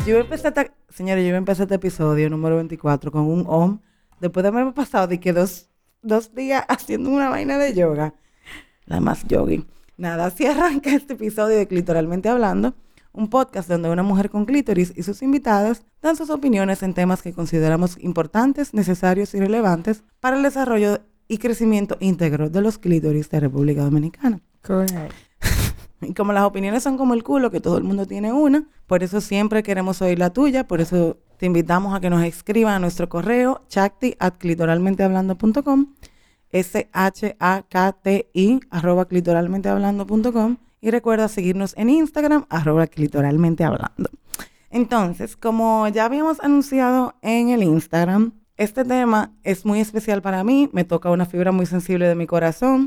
Señores, yo iba a empezar este episodio número 24 con un om. Después de haberme pasado de que dos días haciendo una vaina de yoga. La más yogi. Nada, así arranca este episodio de Clitoralmente Hablando, un podcast donde una mujer con clítoris y sus invitadas dan sus opiniones en temas que consideramos importantes, necesarios y relevantes para el desarrollo y crecimiento íntegro de los clítoris de República Dominicana. Correcto. Y como las opiniones son como el culo, que todo el mundo tiene una, por eso siempre queremos oír la tuya, por eso te invitamos a que nos escriban a nuestro correo chakti@clitoralmentehablando.com, shakti@clitoralmentehablando.com, y recuerda seguirnos en Instagram @clitoralmentehablando. Entonces, como ya habíamos anunciado en el Instagram, este tema es muy especial para mí, me toca una fibra muy sensible de mi corazón.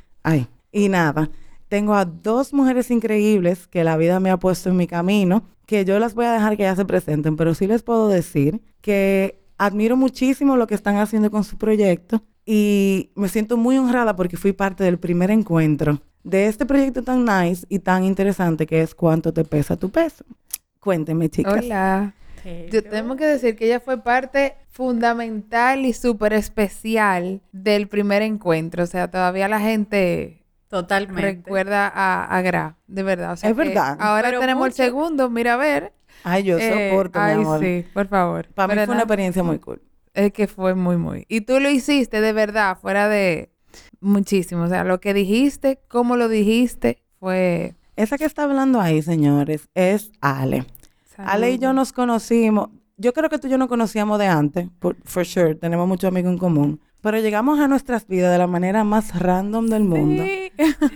Y nada, tengo a dos mujeres increíbles que la vida me ha puesto en mi camino, que yo las voy a dejar que ya se presenten, pero sí les puedo decir que admiro muchísimo lo que están haciendo con su proyecto y me siento muy honrada porque fui parte del primer encuentro de este proyecto tan nice y tan interesante que es ¿Cuánto te pesa tu peso? Cuéntenme, chicas. Hola. Yo tengo que decir que ella fue parte fundamental y súper especial del primer encuentro. O sea, todavía la gente Totalmente recuerda a Gra, de verdad. O sea, es verdad. Ahora pero tenemos mucho. el segundo, mira a ver. Ay, yo soporto, mi amor. Sí, por favor. Para mí Pero fue una experiencia muy cool. Es que fue muy. Y tú lo hiciste de verdad, fuera de muchísimo. O sea, lo que dijiste, cómo lo dijiste, fue... Esa que está hablando ahí, señores, es Ale. Ale y yo nos conocimos. Yo creo que tú y yo nos conocíamos de antes, for sure. Tenemos muchos amigos en común. Pero llegamos a nuestras vidas de la manera más random del mundo. Sí.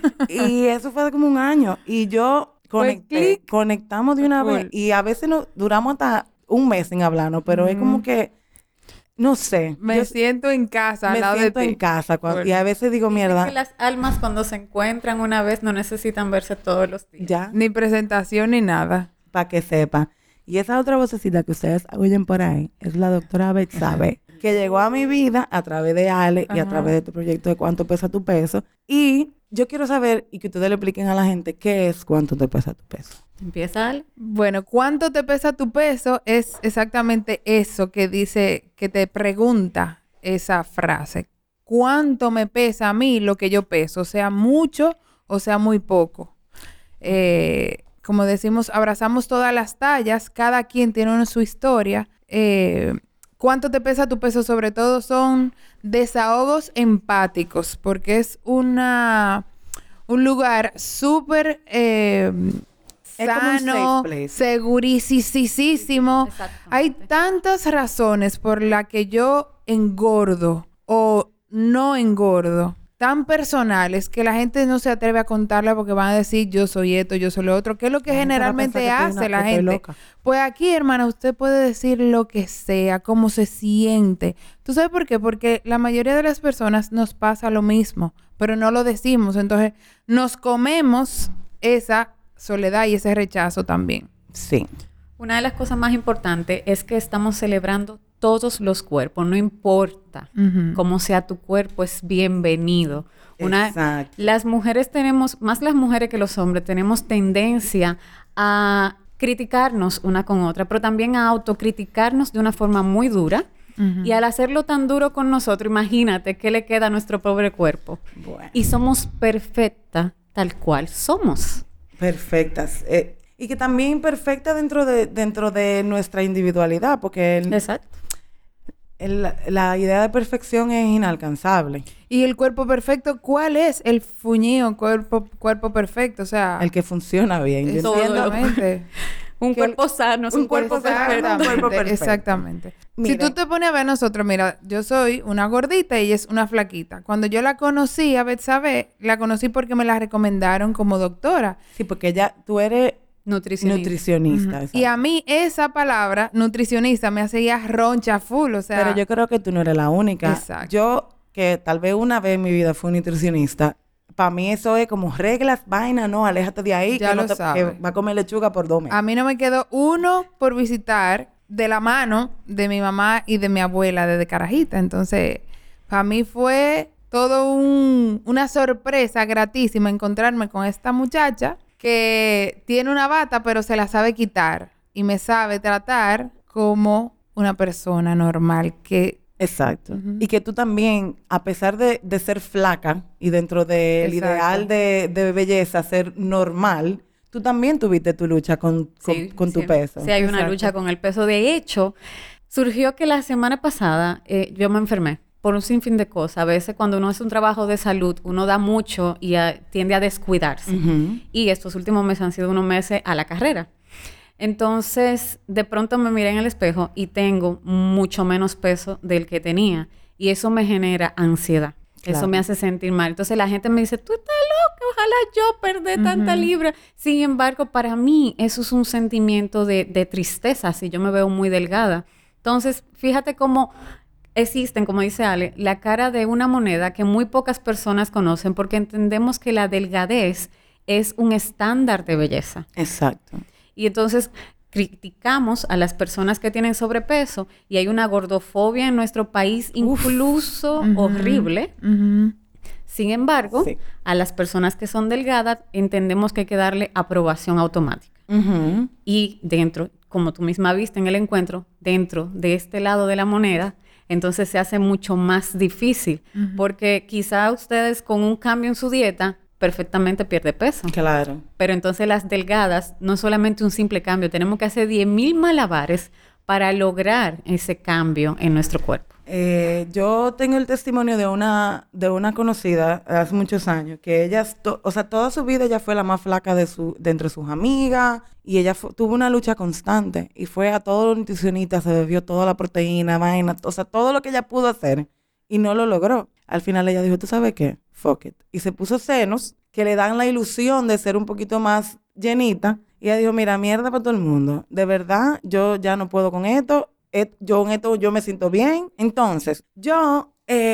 Y eso fue hace como un año. Y yo conectamos de una vez. Y a veces duramos hasta un mes sin hablarnos. Pero es como que, no sé. Me siento en casa al lado de ti. Me siento en casa. Y a veces digo, Dicen mierda. que las almas cuando se encuentran una vez no necesitan verse todos los días. Ya, Ni presentación ni nada. para que sepa. Y esa otra vocecita que ustedes oyen por ahí es la doctora Betsabe, que llegó a mi vida a través de Ale y a través de este proyecto de Cuánto pesa tu peso. Y yo quiero saber y que ustedes le expliquen a la gente qué es Cuánto te pesa tu peso. Empieza Ale. Bueno, ¿cuánto te pesa tu peso? Es exactamente eso que dice, que te pregunta esa frase. ¿Cuánto me pesa a mí lo que yo peso? Sea mucho o sea muy poco. Como decimos, abrazamos todas las tallas, cada quien tiene su historia. ¿Cuánto te pesa tu peso? Sobre todo son desahogos empáticos, porque es un lugar súper sano, segurísimo. Hay tantas razones por las que yo engordo o no engordo, tan personales que la gente no se atreve a contarla porque van a decir yo soy esto, yo soy lo otro, que es lo que generalmente hace la gente. Loca. Pues aquí, hermana, usted puede decir lo que sea, cómo se siente. ¿Tú sabes por qué? Porque la mayoría de las personas nos pasa lo mismo, pero no lo decimos. Entonces, nos comemos esa soledad y ese rechazo también. Sí. Una de las cosas más importantes es que estamos celebrando todos los cuerpos, no importa cómo sea tu cuerpo, es bienvenido. Exacto. Las mujeres tenemos, más las mujeres que los hombres, tenemos tendencia a criticarnos una con otra, pero también a autocriticarnos de una forma muy dura. Y al hacerlo tan duro con nosotros, imagínate qué le queda a nuestro pobre cuerpo. Bueno. Y somos perfectas tal cual somos. Perfectas. Y que también perfecta dentro de nuestra individualidad, porque Exacto. la idea de perfección es inalcanzable. ¿Y el cuerpo perfecto? ¿Cuál es el fuñido cuerpo perfecto? O sea... El que funciona bien. Yo Todo entiendo. Exactamente. Un cuerpo sano, es un cuerpo perfecto. Un cuerpo perfecto. Exactamente. Mira. Si tú te pones a ver nosotros, mira, yo soy una gordita y ella es una flaquita. Cuando yo la conocí a Betsabe, la conocí porque me la recomendaron como doctora. Sí, porque tú eres nutricionista. Y a mí esa palabra, nutricionista, me hacía roncha full, o sea... Pero yo creo que tú no eres la única. Exacto. Yo, que tal vez una vez en mi vida fui nutricionista, para mí eso es como reglas, vaina, no, aléjate de ahí, Ya que, lo que sabes. va a comer lechuga por 2 meses. A mí no me quedó uno por visitar de la mano de mi mamá y de mi abuela desde carajita. Entonces, para mí fue todo una sorpresa gratísima encontrarme con esta muchacha que tiene una bata, pero se la sabe quitar. y me sabe tratar como una persona normal que... Exacto. Y que tú también, a pesar de ser flaca y dentro del ideal de belleza ser normal, tú también tuviste tu lucha con tu peso. Sí, hay una lucha con el peso. De hecho, surgió que la semana pasada yo me enfermé por un sinfín de cosas. A veces cuando uno hace un trabajo de salud, uno da mucho y tiende a descuidarse. Y estos últimos meses han sido unos meses a la carrera. Entonces, de pronto me miré en el espejo y tengo mucho menos peso del que tenía. Y eso me genera ansiedad. Claro. Eso me hace sentir mal. Entonces, la gente me dice, tú estás loca, ojalá yo perder tanta libra. Sin embargo, para mí, eso es un sentimiento de tristeza, si yo me veo muy delgada. Entonces, fíjate cómo existen, como dice Ale, la cara de una moneda que muy pocas personas conocen porque entendemos que la delgadez es un estándar de belleza. Exacto. Y entonces criticamos a las personas que tienen sobrepeso y hay una gordofobia en nuestro país incluso horrible. Sin embargo, a las personas que son delgadas entendemos que hay que darle aprobación automática. Y dentro, como tú misma viste en el encuentro, dentro de este lado de la moneda, entonces se hace mucho más difícil porque quizá ustedes con un cambio en su dieta perfectamente pierde peso. Claro. Pero entonces las delgadas, no solamente un simple cambio, tenemos que hacer 10,000 malabares para lograr ese cambio en nuestro cuerpo. Yo tengo el testimonio de una conocida hace muchos años, que ella, toda su vida ella fue la más flaca de entre sus amigas, y ella tuvo una lucha constante, y fue a todos los nutricionistas, se bebió toda la proteína, vaina, todo lo que ella pudo hacer, y no lo logró. Al final ella dijo, ¿tú sabes qué? Fuck it. Y se puso senos que le dan la ilusión de ser un poquito más llenita. Y ella dijo, mira, mierda para todo el mundo. De verdad, yo ya no puedo con esto. Yo me siento bien. Entonces, yo,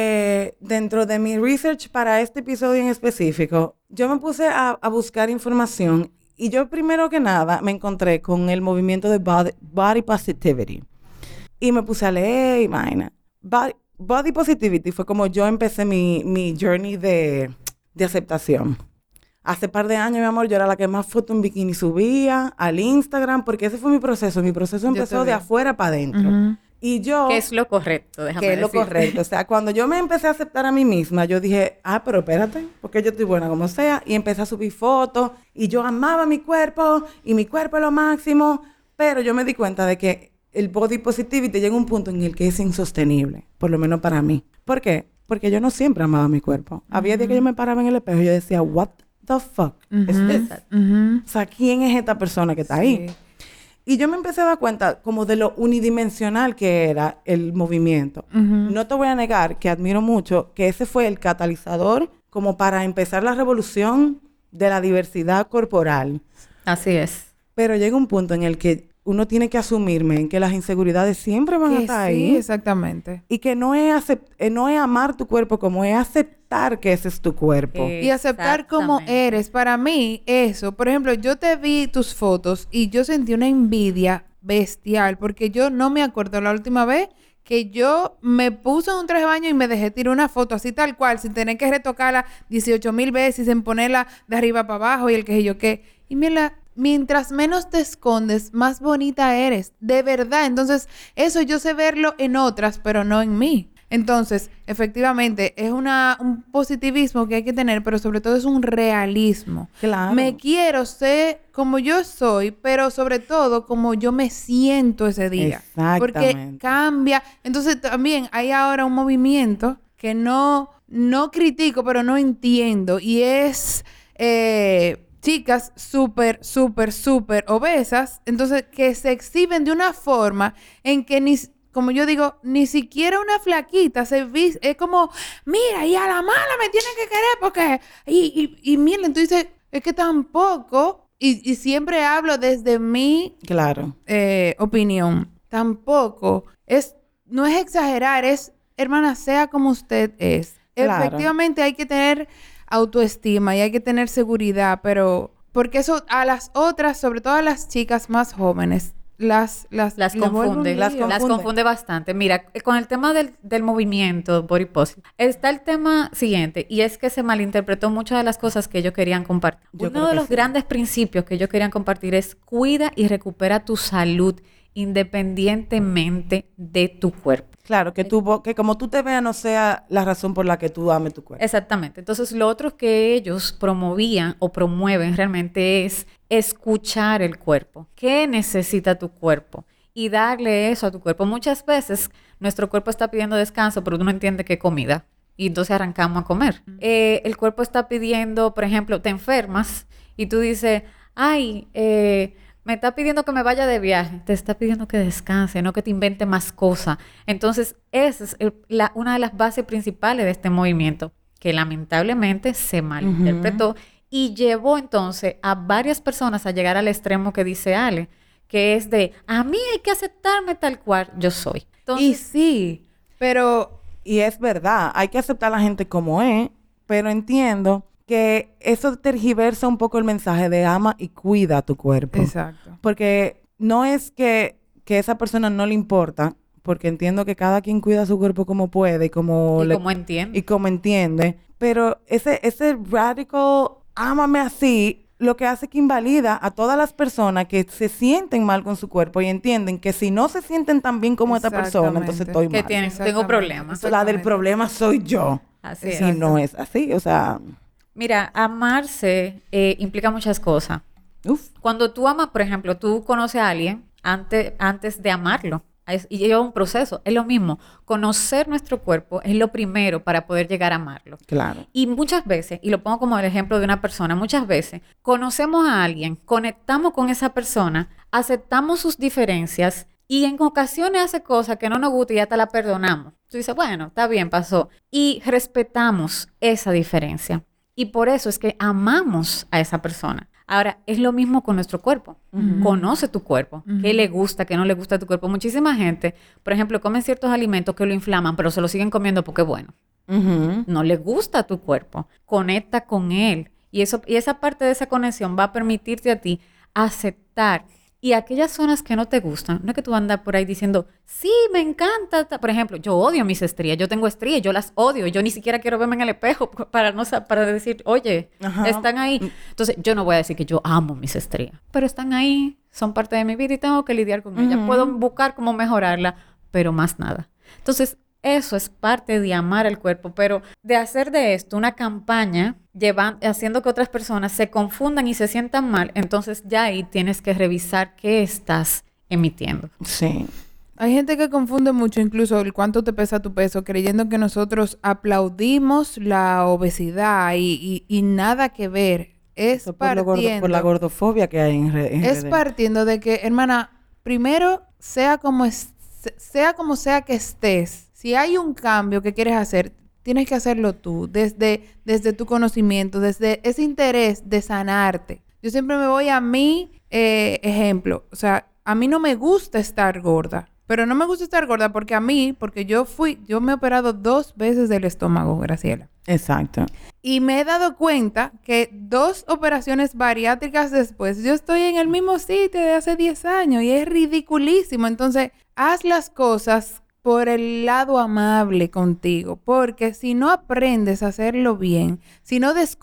dentro de mi research para este episodio en específico, yo me puse a buscar información. Y yo, primero que nada, me encontré con el movimiento de body positivity. Y me puse a leer y vaina. Body positivity fue como yo empecé mi journey de aceptación. Hace par de años, mi amor, yo era la que más fotos en bikini subía al Instagram, porque ese fue mi proceso. Mi proceso empezó de afuera para adentro. Y yo... Que es lo correcto, déjame decir. Que es lo correcto. O sea, cuando yo me empecé a aceptar a mí misma, yo dije, pero espérate, porque yo estoy buena como sea. Y empecé a subir fotos, y yo amaba mi cuerpo, y mi cuerpo es lo máximo. Pero yo me di cuenta de que el body positivity llega a un punto en el que es insostenible, por lo menos para mí. ¿Por qué? Porque yo no siempre amaba mi cuerpo. Había días que yo me paraba en el espejo y yo decía, what the fuck is this? O sea, ¿quién es esta persona que está ahí? Y yo me empecé a dar cuenta como de lo unidimensional que era el movimiento. No te voy a negar que admiro mucho que ese fue el catalizador como para empezar la revolución de la diversidad corporal. Así es. Pero llega un punto en el que uno tiene que asumirme en que las inseguridades siempre van a estar ahí. Sí, exactamente. Y que no es amar tu cuerpo como es aceptar que ese es tu cuerpo. Y aceptar como eres. Para mí, eso. Por ejemplo, yo te vi tus fotos y yo sentí una envidia bestial porque yo no me acuerdo la última vez que yo me puse en un traje de baño y me dejé tirar una foto así tal cual, sin tener que retocarla 18,000 veces, sin ponerla de arriba para abajo y el que yo qué. Y mira, mientras menos te escondes, más bonita eres. De verdad. Entonces, eso yo sé verlo en otras, pero no en mí. Entonces, efectivamente, es un positivismo que hay que tener, pero sobre todo es un realismo. Claro. Me quiero ser como yo soy, pero sobre todo como yo me siento ese día. Exactamente. Porque cambia. Entonces, también hay ahora un movimiento que no critico, pero no entiendo. Y es... chicas súper obesas, entonces que se exhiben de una forma en que como yo digo, ni siquiera una flaquita se viste, es como, mira, y a la mala me tienen que querer porque, y miren, entonces, es que tampoco, y siempre hablo desde mi opinión, tampoco, no es exagerar, es, hermana, sea como usted es. Claro. Efectivamente hay que tener autoestima y hay que tener seguridad, pero porque eso a las otras, sobre todo a las chicas más jóvenes, las confunde. Las Las confunde bastante. Mira, con el tema del movimiento body positive, está el tema siguiente, y es que se malinterpretó muchas de las cosas que ellos querían compartir. Uno de los grandes principios que ellos querían compartir es cuida y recupera tu salud independientemente de tu cuerpo. Claro, que como tú te veas no sea la razón por la que tú ames tu cuerpo. Exactamente. Entonces, lo otro que ellos promovían o promueven realmente es escuchar el cuerpo. ¿Qué necesita tu cuerpo? Y darle eso a tu cuerpo. Muchas veces nuestro cuerpo está pidiendo descanso, pero tú no entiendes qué comida. Y entonces arrancamos a comer. El cuerpo está pidiendo, por ejemplo, te enfermas y tú dices, ay, me está pidiendo que me vaya de viaje. Te está pidiendo que descanse, no que te invente más cosas. Entonces, esa es una de las bases principales de este movimiento, que lamentablemente se malinterpretó y llevó entonces a varias personas a llegar al extremo que dice Ale, que es de, a mí hay que aceptarme tal cual yo soy. Entonces, y sí, pero... Y es verdad, hay que aceptar a la gente como es, pero entiendo que eso tergiversa un poco el mensaje de ama y cuida tu cuerpo. Exacto. Porque no es que esa persona no le importa, porque entiendo que cada quien cuida su cuerpo como puede y como entiende. Pero ese radical ámame así, lo que hace que invalida a todas las personas que se sienten mal con su cuerpo y entienden que si no se sienten tan bien como esta persona, entonces estoy mal. Tengo problemas. La del problema soy yo. Así es. Si no es así, o sea... Mira, amarse implica muchas cosas. Cuando tú amas, por ejemplo, tú conoces a alguien antes de amarlo. Y lleva un proceso. Es lo mismo. Conocer nuestro cuerpo es lo primero para poder llegar a amarlo. Claro. Y muchas veces, y lo pongo como el ejemplo de una persona, muchas veces conocemos a alguien, conectamos con esa persona, aceptamos sus diferencias y en ocasiones hace cosas que no nos gustan y ya te la perdonamos. Tú dices, bueno, está bien, pasó. Y respetamos esa diferencia. Y por eso es que amamos a esa persona. Ahora, es lo mismo con nuestro cuerpo. Conoce tu cuerpo. ¿Qué le gusta, qué no le gusta a tu cuerpo? Muchísima gente, por ejemplo, comen ciertos alimentos que lo inflaman, pero se lo siguen comiendo porque, bueno, no le gusta a tu cuerpo. Conecta con él. Y esa parte de esa conexión va a permitirte a ti aceptar. Y aquellas zonas que no te gustan, no es que tú andas por ahí diciendo, sí, me encanta. Por ejemplo, yo odio mis estrías. Yo tengo estrías, yo las odio. Yo ni siquiera quiero verme en el espejo para decir, oye, están ahí. Entonces, yo no voy a decir que yo amo mis estrías. Pero están ahí, son parte de mi vida y tengo que lidiar con ellas. Puedo buscar cómo mejorarla, pero más nada. Entonces, eso es parte de amar el cuerpo, pero de hacer de esto una campaña, haciendo que otras personas se confundan y se sientan mal, entonces ya ahí tienes que revisar qué estás emitiendo. Sí. Hay gente que confunde mucho incluso el cuánto te pesa tu peso, creyendo que nosotros aplaudimos la obesidad y nada que ver. Es partiendo... por la gordofobia que hay en redes. Es partiendo de que, hermana, primero, sea como sea que estés, si hay un cambio que quieres hacer, tienes que hacerlo tú, desde tu conocimiento, desde ese interés de sanarte. Yo siempre me voy a mi ejemplo. O sea, a mí no me gusta estar gorda. Pero no me gusta estar gorda porque yo me he operado 2 veces del estómago, Graciela. Exacto. Y me he dado cuenta que 2 operaciones bariátricas después, yo estoy en el mismo sitio de hace 10 años y es ridiculísimo. Entonces, haz las cosas por el lado amable contigo, porque si no aprendes a hacerlo bien, si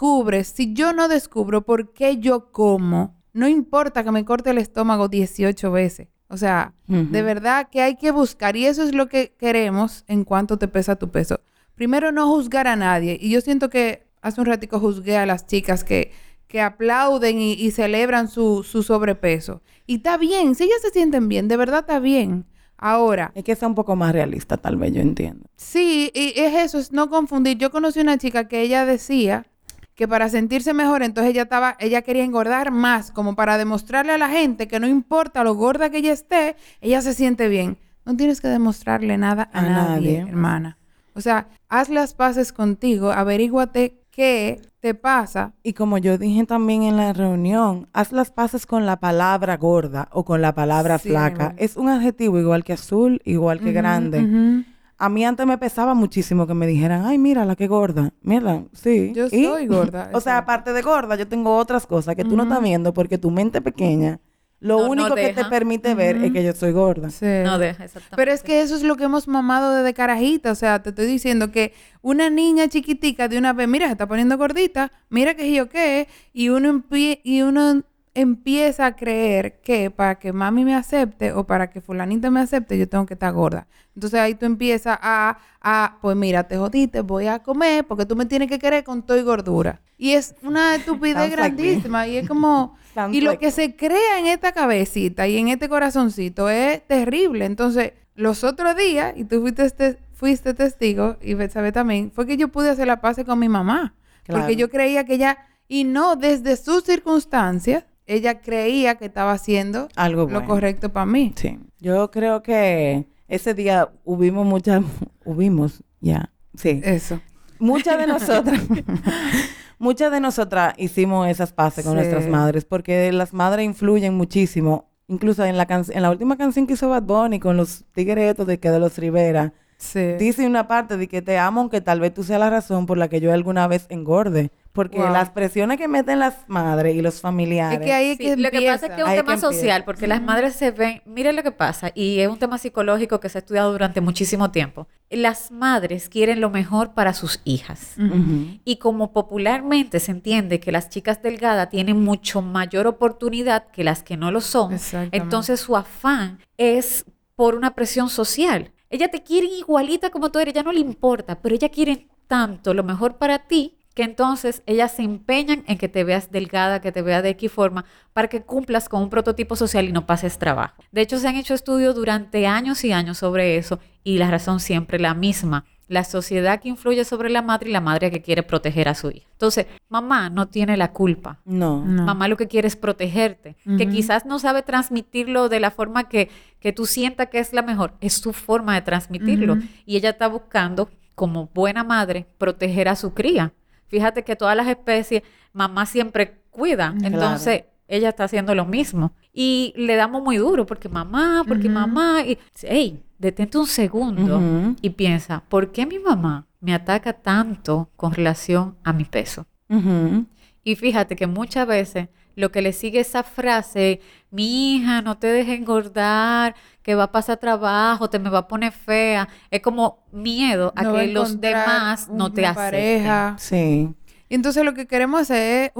yo no descubro por qué yo como, no importa que me corte el estómago 18 veces. O sea, de verdad que hay que buscar, y eso es lo que queremos en cuanto te pesa tu peso. Primero, no juzgar a nadie. Y yo siento que hace un ratico juzgué a las chicas que aplauden y celebran su sobrepeso. Y está bien, si ellas se sienten bien, de verdad está bien. Ahora... Es que sea un poco más realista, tal vez, yo entiendo. Sí, y es eso, es no confundir. Yo conocí una chica que ella decía que para sentirse mejor, entonces ella quería engordar más, como para demostrarle a la gente que no importa lo gorda que ella esté, ella se siente bien. No tienes que demostrarle nada a nadie, hermana. O sea, haz las paces contigo, averíguate qué te pasa. Y como yo dije también en la reunión, haz las paces con la palabra gorda o con la palabra flaca. Es un adjetivo igual que azul, igual que grande. A mí antes me pesaba muchísimo que me dijeran, ay, mira la que gorda. Mira, sí. Yo soy gorda. O sea, aparte de gorda, yo tengo otras cosas que tú no estás viendo porque tu mente pequeña Lo No único que te deja. permite ver es que yo soy gorda. Sí. No deja, exactamente. Pero es que eso es lo que hemos mamado desde carajita. O sea, te estoy diciendo que una niña chiquitica de una vez, mira, se está poniendo gordita, mira que yo qué, y uno empieza a creer que para que mami me acepte o para que fulanita me acepte, yo tengo que estar gorda. Entonces ahí tú empiezas pues mira, te jodiste, voy a comer porque tú me tienes que querer con todo y gordura. Y es una estupidez Sounds like me. grandísima y es como... Sounds Y lo like que se crea en esta cabecita y en este corazoncito es terrible. Entonces, los otros días, y tú fuiste testigo, y Betsabe también, fue que yo pude hacer la paz con mi mamá. Claro. Porque yo creía que ella, y no desde sus circunstancias, ella creía que estaba haciendo Algo lo bueno. correcto para mí. Sí. Yo creo que ese día sí. Eso. Muchas de nosotras hicimos esas paces con Sí. nuestras madres, porque las madres influyen muchísimo. Incluso en la última canción que hizo Bad Bunny con los tigretos de los Rivera, Sí. dice una parte de que te amo, aunque tal vez tú seas la razón por la que yo alguna vez engorde. Porque Wow. las presiones que meten las madres y los familiares... Es que ahí es Sí, que lo que pasa es que es un Ahí es tema que empieza. social, porque las madres se ven, miren lo que pasa, y es un tema psicológico que se ha estudiado durante muchísimo tiempo. Las madres quieren lo mejor para sus hijas. Ujú. Y como popularmente se entiende que las chicas delgadas tienen mucho mayor oportunidad que las que no lo son, Exactamente. entonces su afán es por una presión social. Ella te quiere igualita como tú eres, ya no le importa, pero ella quiere tanto lo mejor para ti que entonces ellas se empeñan en que te veas delgada, que te veas de X forma, para que cumplas con un prototipo social y no pases trabajo. De hecho, se han hecho estudios durante años y años sobre eso y la razón siempre la misma. La sociedad que influye sobre la madre y la madre que quiere proteger a su hija. Entonces, mamá no tiene la culpa. No. No. Mamá lo que quiere es protegerte. Que Ujú. quizás no sabe transmitirlo de la forma que tú sientas que es la mejor. Es su forma de transmitirlo. Ujú. Y ella está buscando, como buena madre, proteger a su cría. Fíjate que todas las especies, mamá siempre cuida. Claro. Entonces, ella está haciendo lo mismo. Y le damos muy duro porque mamá. Y, hey, detente un segundo Ujú. y piensa, ¿por qué mi mamá me ataca tanto con relación a mi peso? Ujú. Y fíjate que muchas veces lo que le sigue esa frase, mi hija, no te dejes engordar, que va a pasar trabajo, te me va a poner fea, es como miedo a No va que a los encontrar demás no te una acepten. pareja. Sí. Y entonces lo que queremos hacer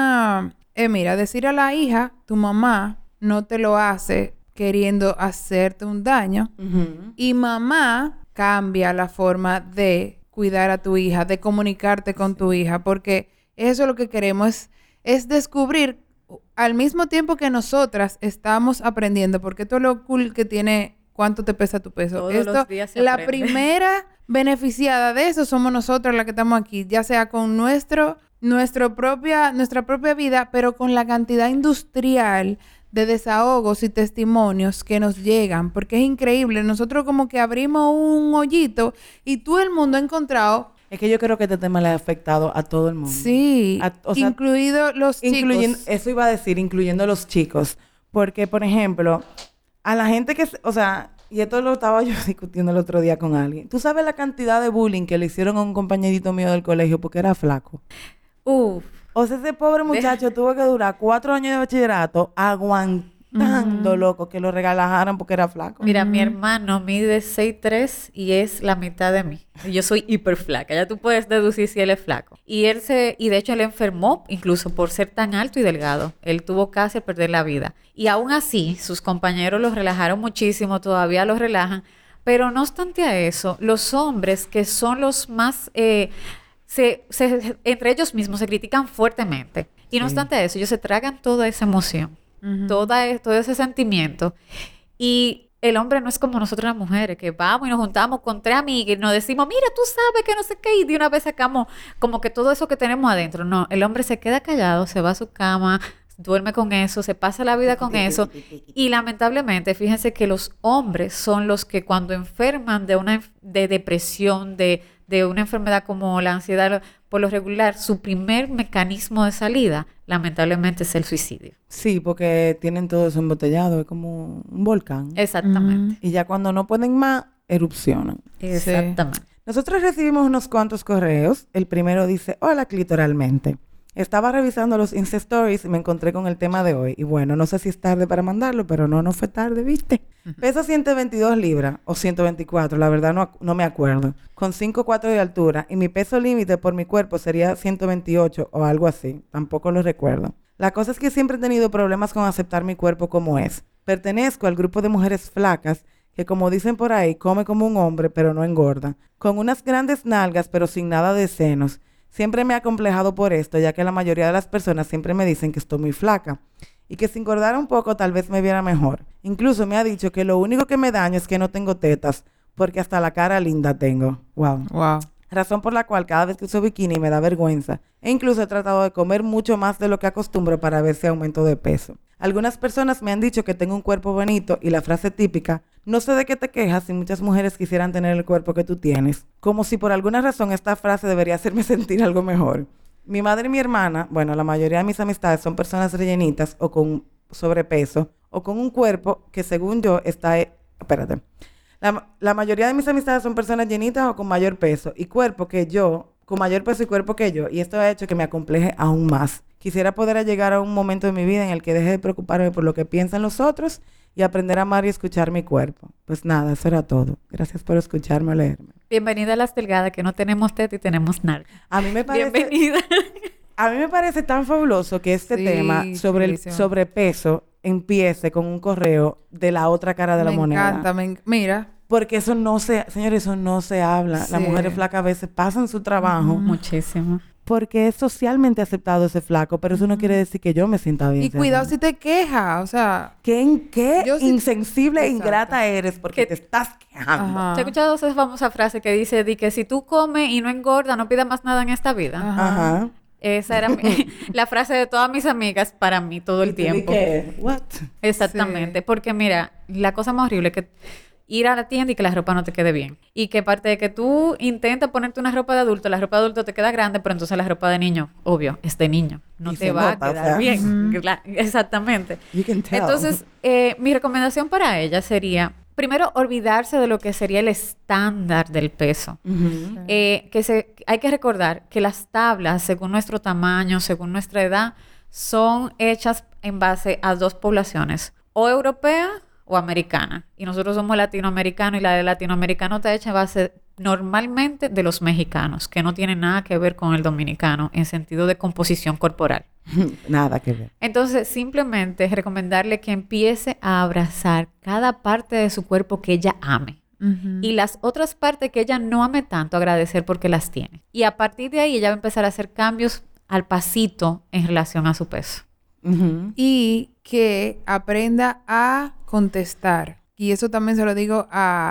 es mira, decir a la hija, tu mamá no te lo hace queriendo hacerte un daño. Ujú. Y mamá cambia la forma de cuidar a tu hija, de comunicarte con tu hija, porque eso es lo que queremos, es descubrir al mismo tiempo que nosotras estamos aprendiendo, porque esto es lo cool que tiene cuánto te pesa tu peso. Todos Esto, los días se la aprende. primera beneficiada de eso somos nosotras las que estamos aquí, ya sea con nuestra propia vida, pero con la cantidad industrial de desahogos y testimonios que nos llegan, porque es increíble. Nosotros como que abrimos un hoyito y todo el mundo ha encontrado, Es que yo creo que este tema le ha afectado a todo el mundo. sí, O sea, incluidos los incluyendo, chicos. eso iba a decir, incluyendo los chicos. Porque, por ejemplo, a la gente que, o sea, y esto lo estaba yo discutiendo el otro día con alguien. ¿Tú sabes la cantidad de bullying que le hicieron a un compañerito mío del colegio porque era flaco? Uf, O sea, ese pobre muchacho tuvo que durar 4 años de bachillerato aguantando, loco, que lo regalaran porque era flaco. mira, mi hermano mide 6'3" y es la mitad de mí. Y yo soy hiper flaca. Ya tú puedes deducir si él es flaco. Y de hecho él enfermó incluso por ser tan alto y delgado. Él tuvo casi a perder la vida. Y aún así, sus compañeros lo relajaron muchísimo, todavía lo relajan. Pero no obstante a eso, los hombres que son los más... entre ellos mismos se critican fuertemente. Y no Sí. obstante a eso, ellos se tragan toda esa emoción. Ujú. Todo ese sentimiento. Y el hombre no es como nosotros las mujeres, que vamos y nos juntamos con 3 amigas y nos decimos, mira, tú sabes que no sé qué, y de una vez sacamos como que todo eso que tenemos adentro. No, el hombre se queda callado, se va a su cama, duerme con eso, se pasa la vida con eso. Y lamentablemente, fíjense que los hombres son los que cuando enferman de depresión, de una enfermedad como la ansiedad, por lo regular, su primer mecanismo de salida, lamentablemente, es el suicidio. Sí, porque tienen todo eso embotellado, es como un volcán. Exactamente. Y ya cuando no pueden más, erupcionan. Exactamente. Nosotros recibimos unos cuantos correos. El primero dice, hola clitoralmente. Estaba revisando los Insta Stories y me encontré con el tema de hoy. Y bueno, no sé si es tarde para mandarlo, pero no fue tarde, ¿viste? Peso 122 libras o 124, la verdad no me acuerdo. Con 5'4" de altura y mi peso límite por mi cuerpo sería 128 o algo así. Tampoco lo recuerdo. La cosa es que siempre he tenido problemas con aceptar mi cuerpo como es. Pertenezco al grupo de mujeres flacas que, como dicen por ahí, come como un hombre pero no engorda. Con unas grandes nalgas pero sin nada de senos. Siempre me he acomplejado por esto, ya que la mayoría de las personas siempre me dicen que estoy muy flaca y que si engordara un poco tal vez me viera mejor. Incluso me ha dicho que lo único que me daña es que no tengo tetas, porque hasta la cara linda tengo. Wow. Wow. Razón por la cual cada vez que uso bikini me da vergüenza. E incluso he tratado de comer mucho más de lo que acostumbro para ver si aumento de peso. Algunas personas me han dicho que tengo un cuerpo bonito y la frase típica, no sé de qué te quejas si muchas mujeres quisieran tener el cuerpo que tú tienes. Como si por alguna razón esta frase debería hacerme sentir algo mejor. Mi madre y mi hermana, bueno, la mayoría de mis amistades son personas rellenitas o con sobrepeso o con un cuerpo que según yo está... Espérate. La mayoría de mis amistades son personas llenitas o con mayor peso y cuerpo que yo, con mayor peso y cuerpo que yo, y esto ha hecho que me acompleje aún más. Quisiera poder llegar a un momento de mi vida en el que deje de preocuparme por lo que piensan los otros y aprender a amar y escuchar mi cuerpo. Pues nada, eso era todo. Gracias por escucharme o leerme. Bienvenida a Las Delgadas, que no tenemos teta y tenemos nalga. A mí me parece... Bienvenida. A mí me parece tan fabuloso que este tema sobre el sobrepeso empiece con un correo de la otra cara de la moneda. Me encanta, mira. Porque eso no se... Señores, eso no se habla. Sí. Las mujeres flacas a veces pasan su trabajo. Muchísimo. Porque es socialmente aceptado ese flaco, pero eso no quiere decir que yo me sienta bien. Y cuidado si te quejas, o sea... ¿Qué Yo sí- insensible e Exacto. ingrata eres porque te estás quejando? Ajá. ¿Te has escuchado esa famosa frase que dice de que si tú comes y no engordas, no pidas más nada en esta vida? Ajá. Esa era la frase de todas mis amigas para mí todo el tiempo. ¿Qué? ¿What? Exactamente. Sí. Porque mira, la cosa más horrible es que ir a la tienda y que la ropa no te quede bien. Y que aparte de que tú intentas ponerte una ropa de adulto, la ropa de adulto te queda grande, pero entonces la ropa de niño, obvio, es de niño. No Y te se va nota, a o quedar sea. bien. Exactamente. You can tell. Entonces, mi recomendación para ella sería, primero, olvidarse de lo que sería el estándar del peso. Ujú. Hay que recordar que las tablas, según nuestro tamaño, según nuestra edad, son hechas en base a dos poblaciones, o europea o americana. Y nosotros somos latinoamericanos y la de latinoamericano está hecha en base normalmente de los mexicanos, que no tiene nada que ver con el dominicano en sentido de composición corporal. Nada que ver. Entonces, simplemente recomendarle que empiece a abrazar cada parte de su cuerpo que ella ame. Y las otras partes que ella no ame tanto, agradecer porque las tiene. Y a partir de ahí, ella va a empezar a hacer cambios al pasito en relación a su peso. Ujú. Y que aprenda a contestar. Y eso también se lo digo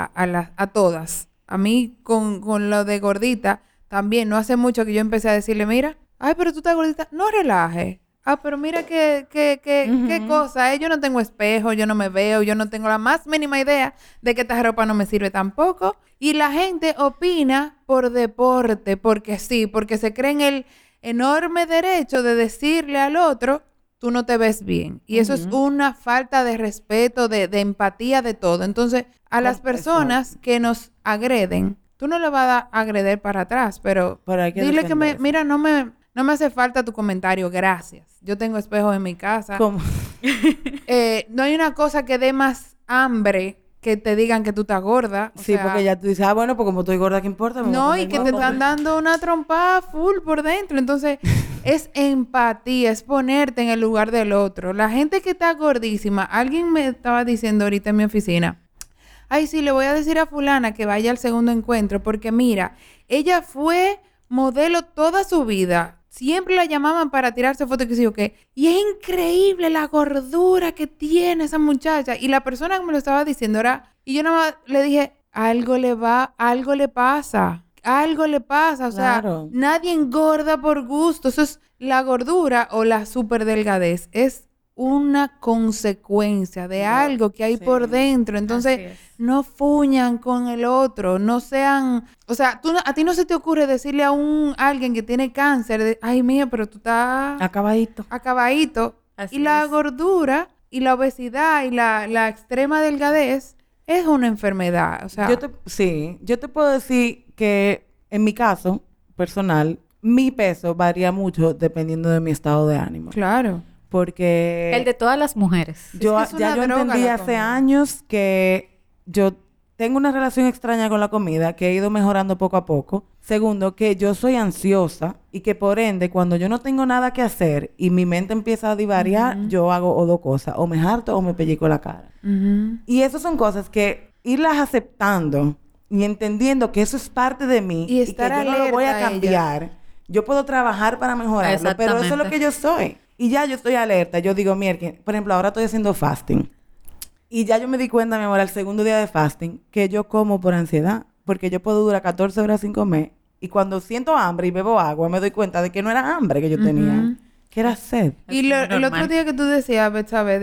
a todas. A mí, con lo de gordita, también no hace mucho que yo empecé a decirle, mira, ay, pero tú estás gordita, no relajes. Ah, pero mira qué cosa, yo no tengo espejo, yo no me veo, yo no tengo la más mínima idea de que esta ropa no me sirve tampoco. Y la gente opina por deporte, porque sí, porque se creen el enorme derecho de decirle al otro, tú no te ves bien. Y eso es una falta de respeto, de empatía, de todo. Entonces, a las personas que nos agreden, tú no le vas a agredir para atrás, pero hay que dile que defenderse. mira, no me hace falta tu comentario, gracias. Yo tengo espejos en mi casa. ¿Cómo? No hay una cosa que dé más hambre que te digan que tú estás gorda. O Sí, sea, porque ya tú dices, bueno, pues como estoy gorda, ¿qué importa? Me voy a no, poner y que te guapa. están dando una trompada full por dentro. Entonces, es empatía, es ponerte en el lugar del otro. La gente que está gordísima, alguien me estaba diciendo ahorita en mi oficina, ay, sí, le voy a decir a fulana que vaya al segundo encuentro, porque mira, ella fue modelo toda su vida. Siempre la llamaban para tirarse fotos, que sí o qué. Y es increíble la gordura que tiene esa muchacha. Y la persona que me lo estaba diciendo era... Y yo nada más le dije, algo le pasa. Algo le pasa. O Claro. sea, nadie engorda por gusto. Eso es la gordura o la superdelgadez. Es una consecuencia de algo que hay sí. por dentro. Entonces, Así es. no fuñan con el otro, no sean... O sea, a ti no se te ocurre decirle a alguien que tiene cáncer, ay, mía, pero tú estás Acabadito. acabadito. Así Y la es. gordura y la obesidad y la extrema delgadez es una enfermedad. O sea, Yo te puedo decir que en mi caso personal, mi peso varía mucho dependiendo de mi estado de ánimo. Claro. Porque... El de todas las mujeres. Yo, Es que es ya una yo droga entendí la hace comida. años que yo tengo una relación extraña con la comida que he ido mejorando poco a poco. Segundo, que yo soy ansiosa y que por ende, cuando yo no tengo nada que hacer y mi mente empieza a divariar, yo hago o dos cosas, o me harto o me pellico la cara. Ujú. Y esas son cosas que irlas aceptando y entendiendo que eso es parte de mí Y estar que yo no lo voy a alerta a cambiar. Yo puedo trabajar para mejorarlo, pero eso es lo Exactamente. que yo soy. Y ya yo estoy alerta. Yo digo, mierda, por ejemplo, ahora estoy haciendo fasting. Y ya yo me di cuenta, mi amor, al segundo día de fasting, que yo como por ansiedad. Porque yo puedo durar 14 horas sin comer. Y cuando siento hambre y bebo agua, me doy cuenta de que no era hambre que yo tenía. Que era sed. Y Es muy el otro normal. día que tú decías, Betsabe,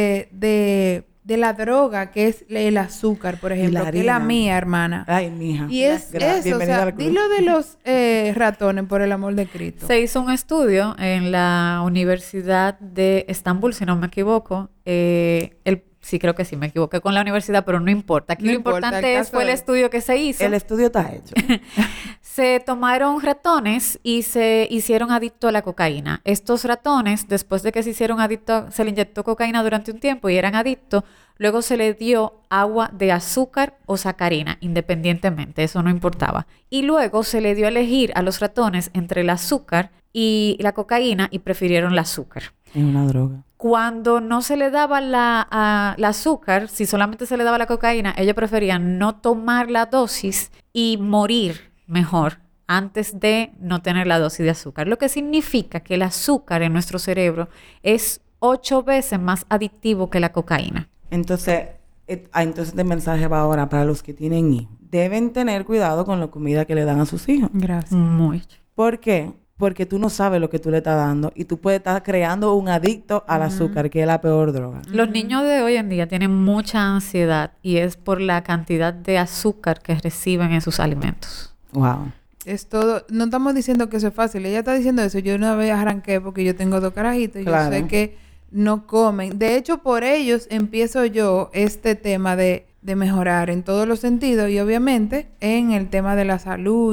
de la droga, que es el azúcar, por ejemplo, la que es la harina. mía, hermana. Ay, mija. Y es eso, o Bienvenida sea, al club. dilo de los ratones, por el amor de Cristo. Se hizo un estudio en la Universidad de Estambul, si no me equivoco. Sí, creo que sí, me equivoqué con la universidad, pero no importa. Aquí No lo importa, el importante caso fue el es- estudio que se hizo. El estudio está hecho. Se tomaron ratones y se hicieron adictos a la cocaína. Estos ratones, después de que se hicieron adictos, se le inyectó cocaína durante un tiempo y eran adictos, luego se le dio agua de azúcar o sacarina, independientemente, eso no importaba. Y luego se le dio a elegir a los ratones entre el azúcar y la cocaína y prefirieron el azúcar. Es una droga. Cuando no se le daba la azúcar, si solamente se le daba la cocaína, ellos preferían no tomar la dosis y morir mejor antes de no tener la dosis de azúcar. Lo que significa que el azúcar en nuestro cerebro es 8 veces más adictivo que la cocaína. Entonces, entonces el mensaje va ahora para los que tienen hijos. Deben tener cuidado con la comida que le dan a sus hijos. Gracias. Mucho. ¿Por qué? Porque tú no sabes lo que tú le estás dando y tú puedes estar creando un adicto al azúcar, que es la peor droga. Los niños de hoy en día tienen mucha ansiedad y es por la cantidad de azúcar que reciben en sus alimentos. Wow. Es todo, no estamos diciendo que eso es fácil. Ella está diciendo eso. Yo una vez arranqué porque yo tengo 2 carajitos y Claro. yo sé que no comen. De hecho, por ellos empiezo yo este tema de mejorar en todos los sentidos y obviamente en el tema de la salud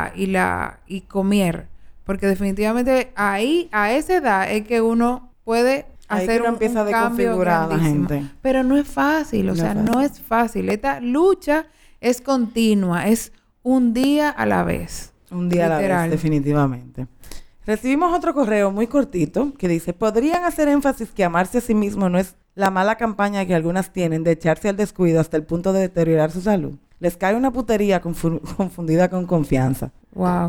y comer. Porque definitivamente ahí, a esa edad, es que uno puede Ahí hacer que uno un empieza a cambio desconfigurar a la grandísimo. gente. Pero no es fácil, o No sea, es no fácil. es fácil. Esta lucha es continua, es un día a la vez. Un día a la Literal. vez, definitivamente. Recibimos otro correo muy cortito que dice, ¿podrían hacer énfasis que amarse a sí mismo no es la mala campaña que algunas tienen de echarse al descuido hasta el punto de deteriorar su salud? Les cae una putería confundida con confianza. Wow.